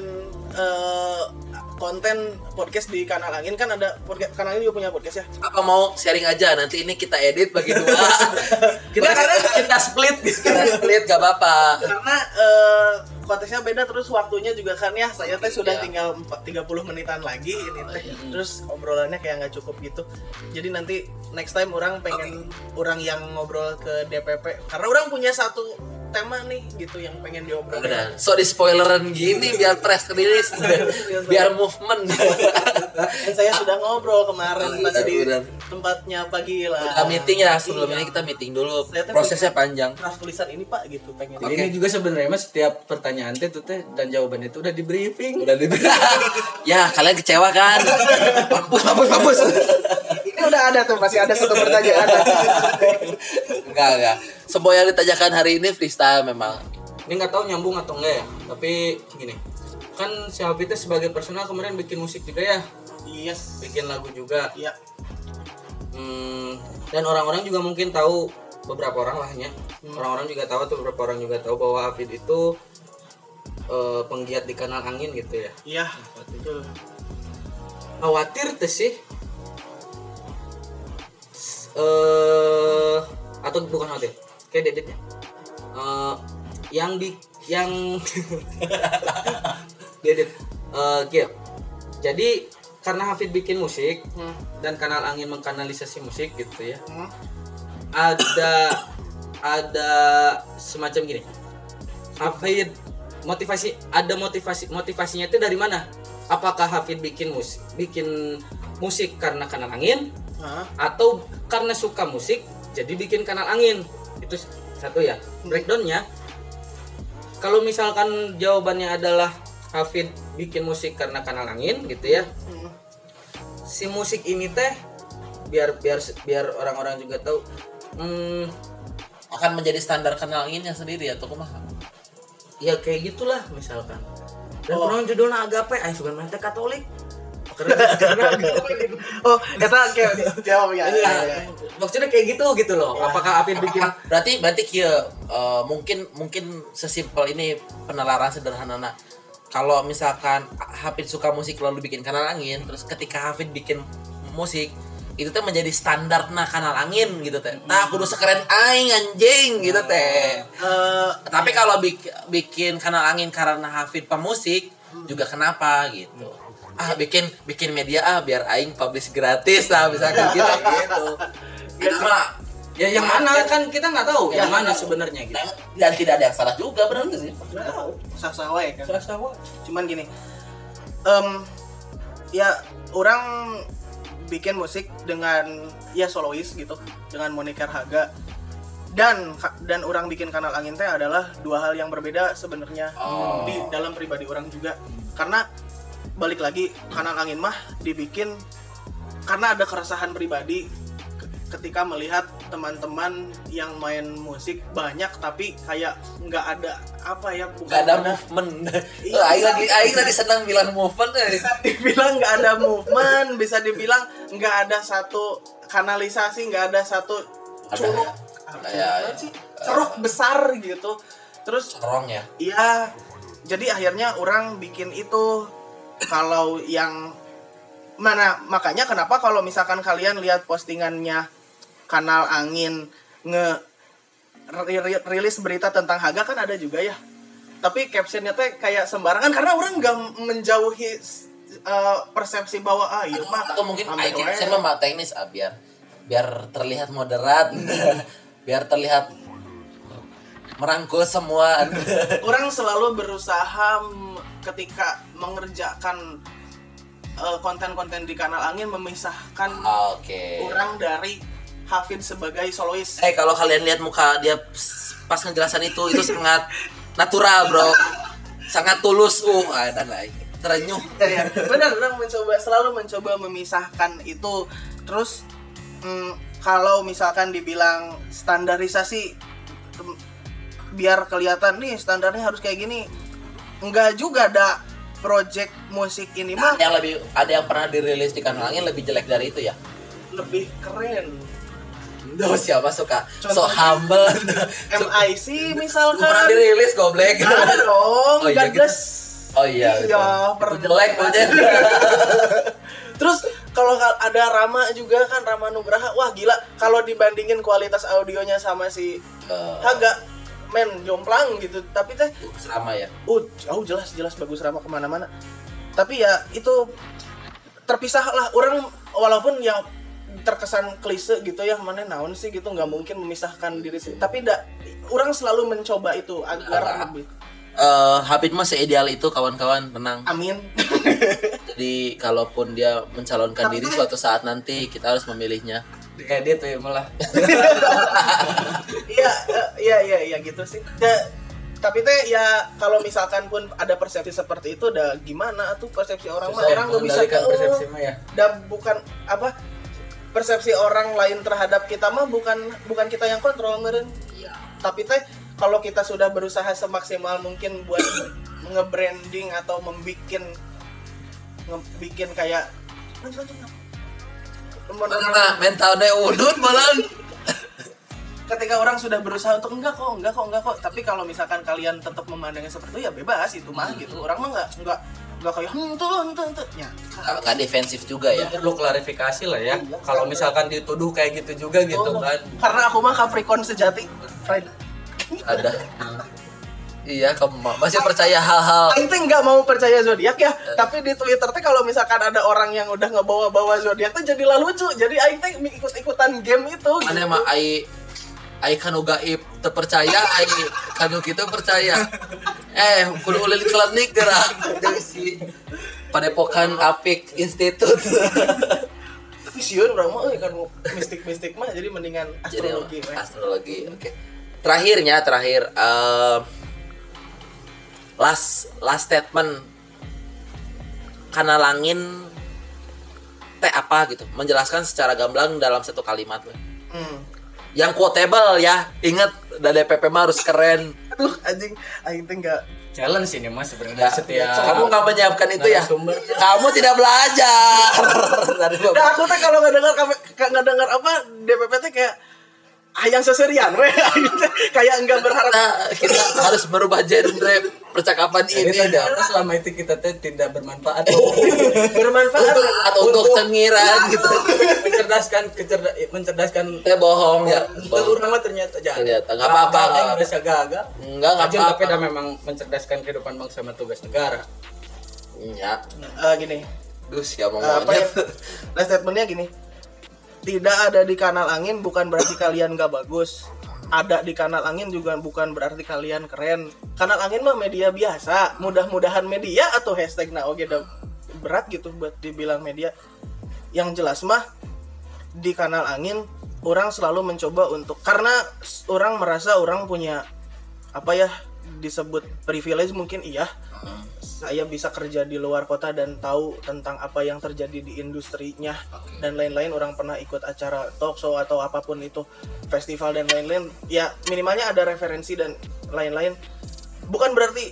S2: konten podcast di Kanal Angin. Kan ada podcast, Kanal Angin juga punya podcast ya.
S1: Apa mau sharing aja, nanti ini kita edit bagi 2. kita split gak apa-apa.
S2: Karena konteksnya beda, terus waktunya juga kan ya. Saya teh sudah tinggal 30 menitan lagi ini teh. Terus obrolannya kayak nggak cukup gitu. Jadi nanti next time orang pengen orang yang ngobrol ke DPP, karena orang punya satu tema nih gitu yang pengen diobrolin.
S1: Benar. So di spoileran gini biar press release, biar movement.
S2: Dan saya sudah ngobrol kemarin pas di tempatnya pagi lah.
S1: Udah meeting ya, sebelum ini kita meeting dulu. Prosesnya panjang.
S2: Draft tulisan ini Pak gitu pengen.
S3: Ini juga sebenarnya mas setiap pertanyaan tuh dan jawaban itu udah di briefing.
S1: Ya kalian kecewa kan? Mampus.
S2: Ini udah ada tuh, masih ada satu pertanyaan.
S1: Enggak. Semua yang ditanyakan hari ini freestyle memang.
S3: Ini nggak tahu nyambung atau enggak ya, tapi gini, kan si Habib sebagai personal kemarin bikin musik juga ya.
S2: Yes.
S3: Bikin lagu juga.
S2: Iya.
S3: Dan orang-orang juga mungkin tahu, beberapa orang lahnya. Orang-orang juga tahu atau beberapa orang juga tahu bahwa Habib itu penggiat di Kanal Angin gitu ya.
S2: Iya. Betul.
S3: Khawatir tuh sih atau bukan Hafid, kayak Dedetnya. Yang Dedet. Jadi karena Hafid bikin musik dan Kanal Angin mengkanalisasi musik gitu ya. Ada semacam gini. Hafid motivasinya itu dari mana? Apakah Hafid bikin musik karena Kanal Angin atau karena suka musik jadi bikin Kanal Angin? Itu satu ya. Breakdownnya, kalau misalkan jawabannya adalah Hafid bikin musik karena Kanal Angin gitu ya, si musik ini teh biar orang-orang juga tahu
S1: akan menjadi standar Kanal Anginnya sendiri atau kumaha?
S3: Ya kayak gitulah misalkan. Dan orang judulnya Agape, suka mantep Katolik.
S2: Oh, eta kayak jawab ya.
S3: Maksudnya kayak gitu loh. Apakah Hafid bikin
S1: Berarti kieu mungkin sesimpel ini penalaran sederhana. Kalau misalkan Hafid suka musik lalu bikin Kanal Angin, terus ketika Hafid bikin musik itu teh menjadi standar Kanal Angin gitu teh. Nah, kudu sekeren aing anjing gitu teh. Tapi kalau bikin Kanal Angin karena Hafid pemusik juga kenapa gitu. Bikin media biar aing publish gratis lah misalkan gitu. Itu mah
S3: ya yang mana kan kita nggak tahu yang mana sebenarnya gitu.
S1: Dan tidak ada yang salah juga berarti sih.
S2: Sah-sah wae kan.
S3: Sah-sah wae.
S2: Cuman gini. Ya orang bikin musik dengan solois gitu, dengan Moniker Haga. Dan orang bikin Kanal Angin teh adalah dua hal yang berbeda sebenarnya di dalam pribadi orang juga. Karena balik lagi, Kanal Angin mah dibikin karena ada keresahan pribadi ketika melihat teman-teman yang main musik banyak tapi kayak nggak ada
S1: nggak ada movement. Aing lagi senang bilang movement.
S2: Bisa dibilang nggak ada movement, bisa dibilang nggak ada satu kanalisasi, nggak ada satu curug ceruk besar gitu. Terus
S1: corong ya.
S2: Iya. Jadi akhirnya orang bikin itu. Kalau yang mana, makanya kenapa kalau misalkan kalian lihat postingannya Kanal Angin rilis berita tentang Haga kan ada juga ya. Tapi captionnya teh kayak sembarangan karena orang nggak menjauhi persepsi bahwa iya mah
S1: atau mungkin saya mah teknis biar terlihat moderat, biar terlihat merangkul semua.
S2: Orang selalu berusaha ketika mengerjakan konten-konten di Kanal Angin memisahkan orang dari Hafid sebagai solois.
S1: Kalau kalian lihat muka dia pas ngejelasan itu sangat natural, bro. Sangat tulus. Dan lain. Terenyuh.
S2: Ya, benar, orang selalu mencoba memisahkan itu. Terus kalau misalkan dibilang standarisasi biar kelihatan nih standarnya harus kayak gini. Enggak juga ada project musik ini mah.
S1: Ada yang pernah dirilis di Kanal Angin lebih jelek dari itu ya?
S2: Lebih keren.
S1: Siapa suka so humble.
S2: MIC misalkan
S1: pernah dirilis goblek.
S2: Ada dong. Gadless.
S1: Iya. Itu jelek aja.
S2: Terus kalau ada Rama juga kan, Rama Nugraha, wah gila kalau dibandingin kualitas audionya sama si Haga, jomplang gitu. Tapi teh
S1: bagus Rama ya.
S2: Jelas bagus Rama kemana-mana. Tapi ya itu terpisah lah. Orang walaupun ya terkesan klise gitu ya, mana naon sih gitu, nggak mungkin memisahkan diri sendiri. Tapi orang selalu mencoba itu agar lebih.
S1: Hafid mah seideal itu kawan-kawan, tenang.
S2: Amin.
S1: Jadi kalaupun dia mencalonkan diri suatu saat nanti, kita harus memilihnya.
S3: Edit tuh ya malah.
S2: Iya gitu sih. Tapi teh ya kalau misalkan pun ada persepsi seperti itu, udah gimana tuh persepsi orang mah, orang nggak bisa
S3: persepsi mah ya.
S2: Dan bukan persepsi orang lain terhadap kita mah bukan kita yang kontrol meren. Iya. Tapi teh kalau kita sudah berusaha semaksimal mungkin buat nge-branding atau membikin kayak
S1: mentalnya udut malah.
S2: Ketika orang sudah berusaha untuk enggak kok, tapi kalau misalkan kalian tetap memandangnya seperti itu ya bebas itu mah gitu. Orang mah enggak nggak kayak tuh ya.
S1: Nggak defensif juga ya.
S3: Perlu klarifikasi lah ya. Kalau misalkan dituduh kayak gitu juga gitu kan.
S2: Karena aku mah Capricorn sejati, friend.
S1: Ada. Iya, kamu masih percaya hal-hal.
S2: Aing teh nggak mau percaya zodiak ya, tapi di Twitter teh kalau misalkan ada orang yang udah ngebawa-bawa zodiak teh jadi lucu. Jadi aing teh ikut-ikutan game itu.
S1: Mana
S2: gitu.
S1: mah ai kanu gaib terpercaya, ai kanu kita percaya. Kudu ulin klinik gerak jeung si Padepokan Apik Institute.
S2: Tapi sieun urang mah kan mistik-mistik mah jadi mendingan astrologi.
S1: Jadi, astrologi. Oke. Terakhir last statement kanalangin teh apa gitu, menjelaskan secara gamblang dalam satu kalimat yang quotable ya. Ingat DPP mah harus keren.
S2: Aduh anjing, aing teh enggak
S3: Challenge ini mas sebenarnya setiap
S1: kamu nggak menyiapkan itu ya.
S3: sumbernya.
S1: Kamu tidak belajar.
S2: Nah, aku teh kalau nggak dengar apa DPP teh kayak yang seserian weh. Kayak enggak berharap
S1: kita harus merubah genre percakapan ini
S3: ternyata selama itu kita teh tidak bermanfaat
S2: bermanfaat
S1: atau untuk cengiran gitu.
S3: mencerdaskan
S1: Teh bohong ya.
S3: Itu orang mah ternyata jahat.
S1: Ternyata nggak apa-apa.
S3: Yang merasa gagal.
S1: Enggak
S3: Tapi
S1: apa-apa.
S3: dah memang mencerdaskan kehidupan bangsa sama tugas negara.
S1: Ya.
S2: Gini.
S1: Dus ya mau
S2: Apa ya? Last statementnya gini. Tidak ada di kanal angin bukan berarti kalian gak bagus. Ada di kanal angin juga bukan berarti kalian keren. Kanal angin mah media biasa. Mudah-mudahan media atau hashtag nah oke udah berat gitu buat dibilang media. Yang jelas mah di kanal angin orang selalu mencoba untuk, karena orang merasa orang punya apa ya disebut privilege mungkin iya. Saya bisa kerja di luar kota dan tahu tentang apa yang terjadi di industrinya dan lain-lain. Orang pernah ikut acara talk show atau apapun itu, festival dan lain-lain. Ya minimalnya ada referensi dan lain-lain. Bukan berarti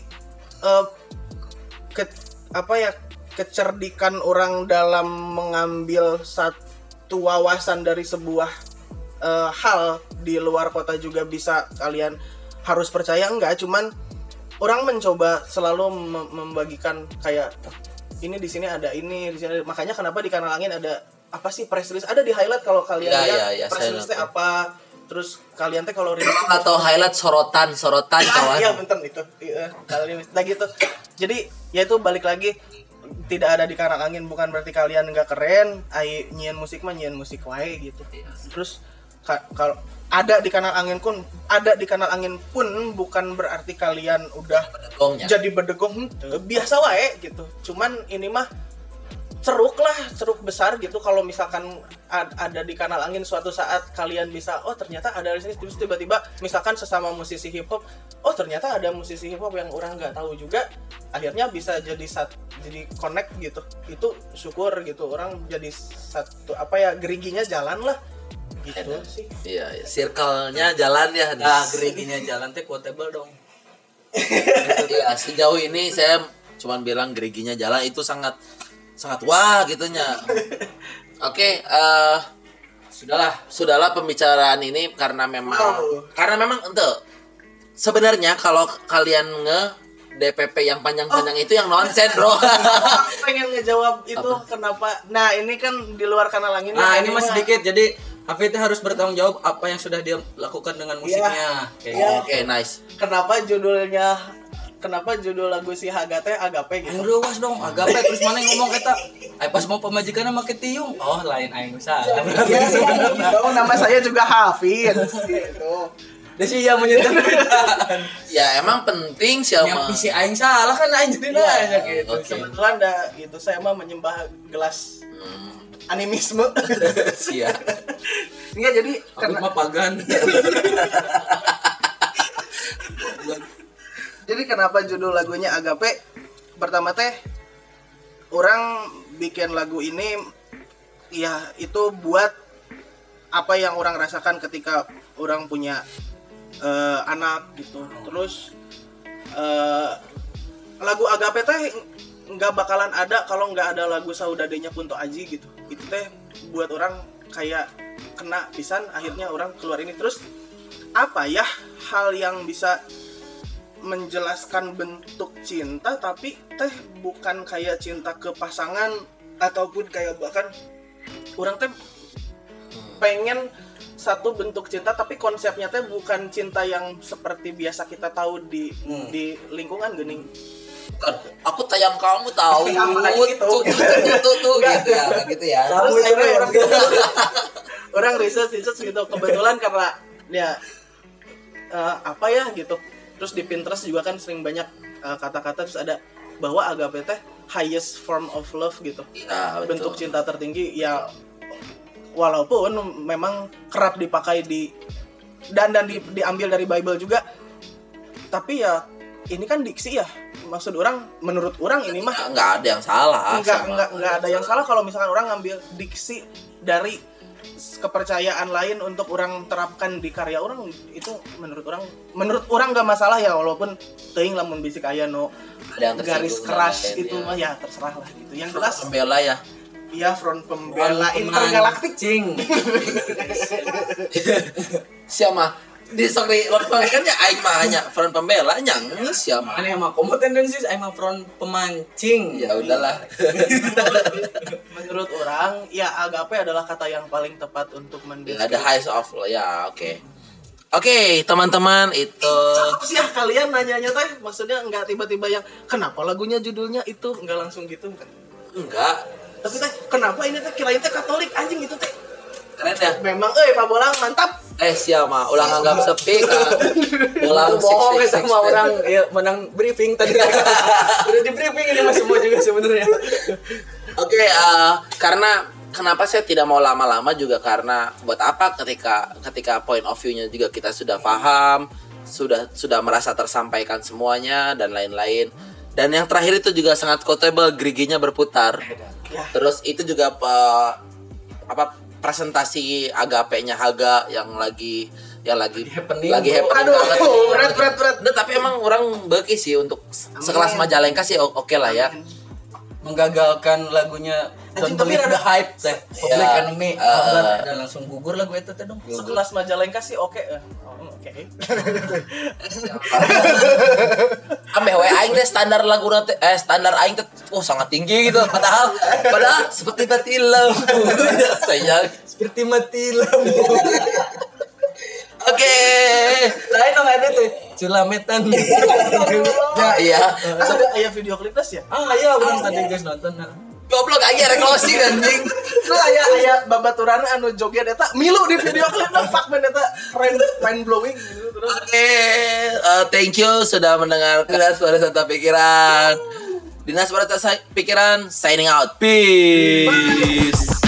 S2: kecerdikan orang dalam mengambil satu wawasan dari sebuah hal di luar kota juga bisa kalian harus percaya, enggak. Cuman orang mencoba selalu membagikan kayak ini di sini ada ini di sini. Makanya kenapa di kanal angin ada apa sih press release, ada di highlight kalau kalian lihat press release teh apa. Terus kalian teh kalau
S1: atau highlight sorotan kawan.
S2: Iya bentar itu. Kalian lagi tuh. Jadi ya itu balik lagi, tidak ada di kanal angin bukan berarti kalian nggak keren. Nyian musik mah nyian musik wae gitu. Terus kalau ada di kanal angin pun bukan berarti kalian udah jadi berdegong, biasa wae gitu. Cuman ini mah ceruk besar gitu. Kalau misalkan ada di kanal angin suatu saat kalian bisa, oh ternyata ada di sini, terus tiba-tiba misalkan sesama musisi hip hop, oh ternyata ada musisi hip hop yang orang nggak tahu juga, akhirnya bisa jadi connect gitu. Itu syukur gitu, orang jadi satu geriginya jalan lah. Gitu sih.
S1: Iya, circle-nya jalan ya.
S3: Nah, geriginya jalan teh quotable dong.
S1: Ya, sejauh ini saya cuman bilang geriginya jalan itu sangat wah gitunya. Oke, sudahlah pembicaraan ini karena memang ente sebenarnya kalau kalian DPP yang panjang-panjang itu yang nonsen bro.
S2: Pengen ngejawab itu kenapa. Nah ini kan di luar kanal angin.
S3: Nah ini mas sedikit, jadi Hafid harus bertanggung jawab apa yang sudah dia lakukan dengan musiknya.
S1: Oke, nice.
S2: Kenapa judul lagu si Hagate Agape gitu?
S3: Ayo luas dong, Agape terus mana yang ngomong eta? Pas mau pemajikan make tiung. Oh, lain aing salah.
S2: Iya. Oh, nama saya juga Hafid gitu.
S3: Desi yang menyentuhkan.
S1: Ya emang penting sih sama.
S3: Yang PC aing salah kan aing jadi nanya gitu.
S2: Kebetulan gitu saya mah menyembah gelas animisme.
S1: Siap.
S2: Enggak jadi
S3: karena mah pagan.
S2: Jadi kenapa judul lagunya Agape? Pertama teh orang bikin lagu ini ya itu buat apa yang orang rasakan ketika orang punya anak gitu. Terus lagu Agape teh nggak bakalan ada kalau nggak ada lagu Saudadenya Kunto Aji gitu. Itu teh buat orang kayak kena pisan, akhirnya orang keluar ini. Terus apa ya hal yang bisa menjelaskan bentuk cinta tapi teh bukan kayak cinta ke pasangan ataupun kayak bahkan orang teh pengen satu bentuk cinta tapi konsepnya teh bukan cinta yang seperti biasa kita tahu di lingkungan geuning.
S1: Aku tayang kamu tahu.
S2: Apalagi gitu.
S1: Tuh gitu ya.
S2: Terus akhirnya orang research gitu kebetulan karena ya apa ya gitu. Terus di Pinterest juga kan sering banyak kata-kata terus ada bahwa agape teh highest form of love gitu.
S1: Ya,
S2: bentuk cinta tertinggi ya walaupun memang kerap dipakai dan diambil dari Bible juga. Tapi ya ini kan diksi ya. Maksud orang menurut orang ini mah
S1: nggak ada yang salah.
S2: Nggak ada yang salah kalau misalkan orang ngambil diksi dari kepercayaan lain untuk orang terapkan di karya orang itu menurut orang nggak masalah ya walaupun teuing lamun bisik aya garis keras itu mah ya terserah lah gitu. Yang jelas
S1: pembela ya.
S2: Iya, front pembela intergalaktik
S3: cing.
S1: Siapa? Di sorry lo kan ya aing mah hanya front pembela nyang siapa?
S3: Aneh mah komo tendensi aing mah front pemancing.
S1: Ya udahlah.
S2: Menurut orang ya agape adalah kata yang paling tepat untuk mendeskripsikan.
S1: Ada highs of ya oke. Oke, teman-teman itu
S2: Cakep sih ya kalian nanyanya teh. Maksudnya enggak tiba-tiba yang kenapa lagunya judulnya itu enggak langsung gitu kan.
S1: enggak.
S2: Tapi teh kenapa ini teh kirain teh Katolik anjing gitu teh.
S1: Keren ya?
S2: Memang Pak Bolang mantap.
S1: Siapa? Ulang anggap sepi kan. Ulang
S3: bohong sama orang ya menang briefing tadi. Udah di briefing ini mas semua juga sebenarnya.
S1: Oke, karena kenapa saya tidak mau lama-lama juga karena buat apa ketika point of view-nya juga kita sudah paham, sudah merasa tersampaikan semuanya dan lain-lain. Dan yang terakhir itu juga sangat quotable, geriginya berputar. Terus itu juga presentasi agapenya Haga yang lagi happening banget.
S2: Berat.
S1: Nah, tapi emang orang beki sih untuk sekelas Majalengka sih oke lah ya.
S3: Menggagalkan lagunya Don't
S2: tapi
S3: Believe the
S2: ada-
S3: Hype teh. Public Enemy. Dan langsung gugur lagu itu teh dong.
S2: Sekelas Majalengka sih oke. Oke.
S1: Ambe we aing teh standar lagu standar aing teh sangat tinggi gitu padahal seperti mati lampu. Sayang
S3: Seperti mati lampu.
S1: Oke.
S3: Lain dong ada tuh. Culametan.
S1: Iya.
S2: Ada video klipnya sih ya.
S3: Iya, belum tadi guys nonton.
S1: Goblok aja closing anjing.
S2: Itu aya babaturan anu joget eta milu di video klipnya fuck man eta keren mind blowing gitu terus.
S1: Oke, thank you sudah mendengar Dinas Pariwisata Pikiran. Dinas Pariwisata Pikiran signing out. Peace.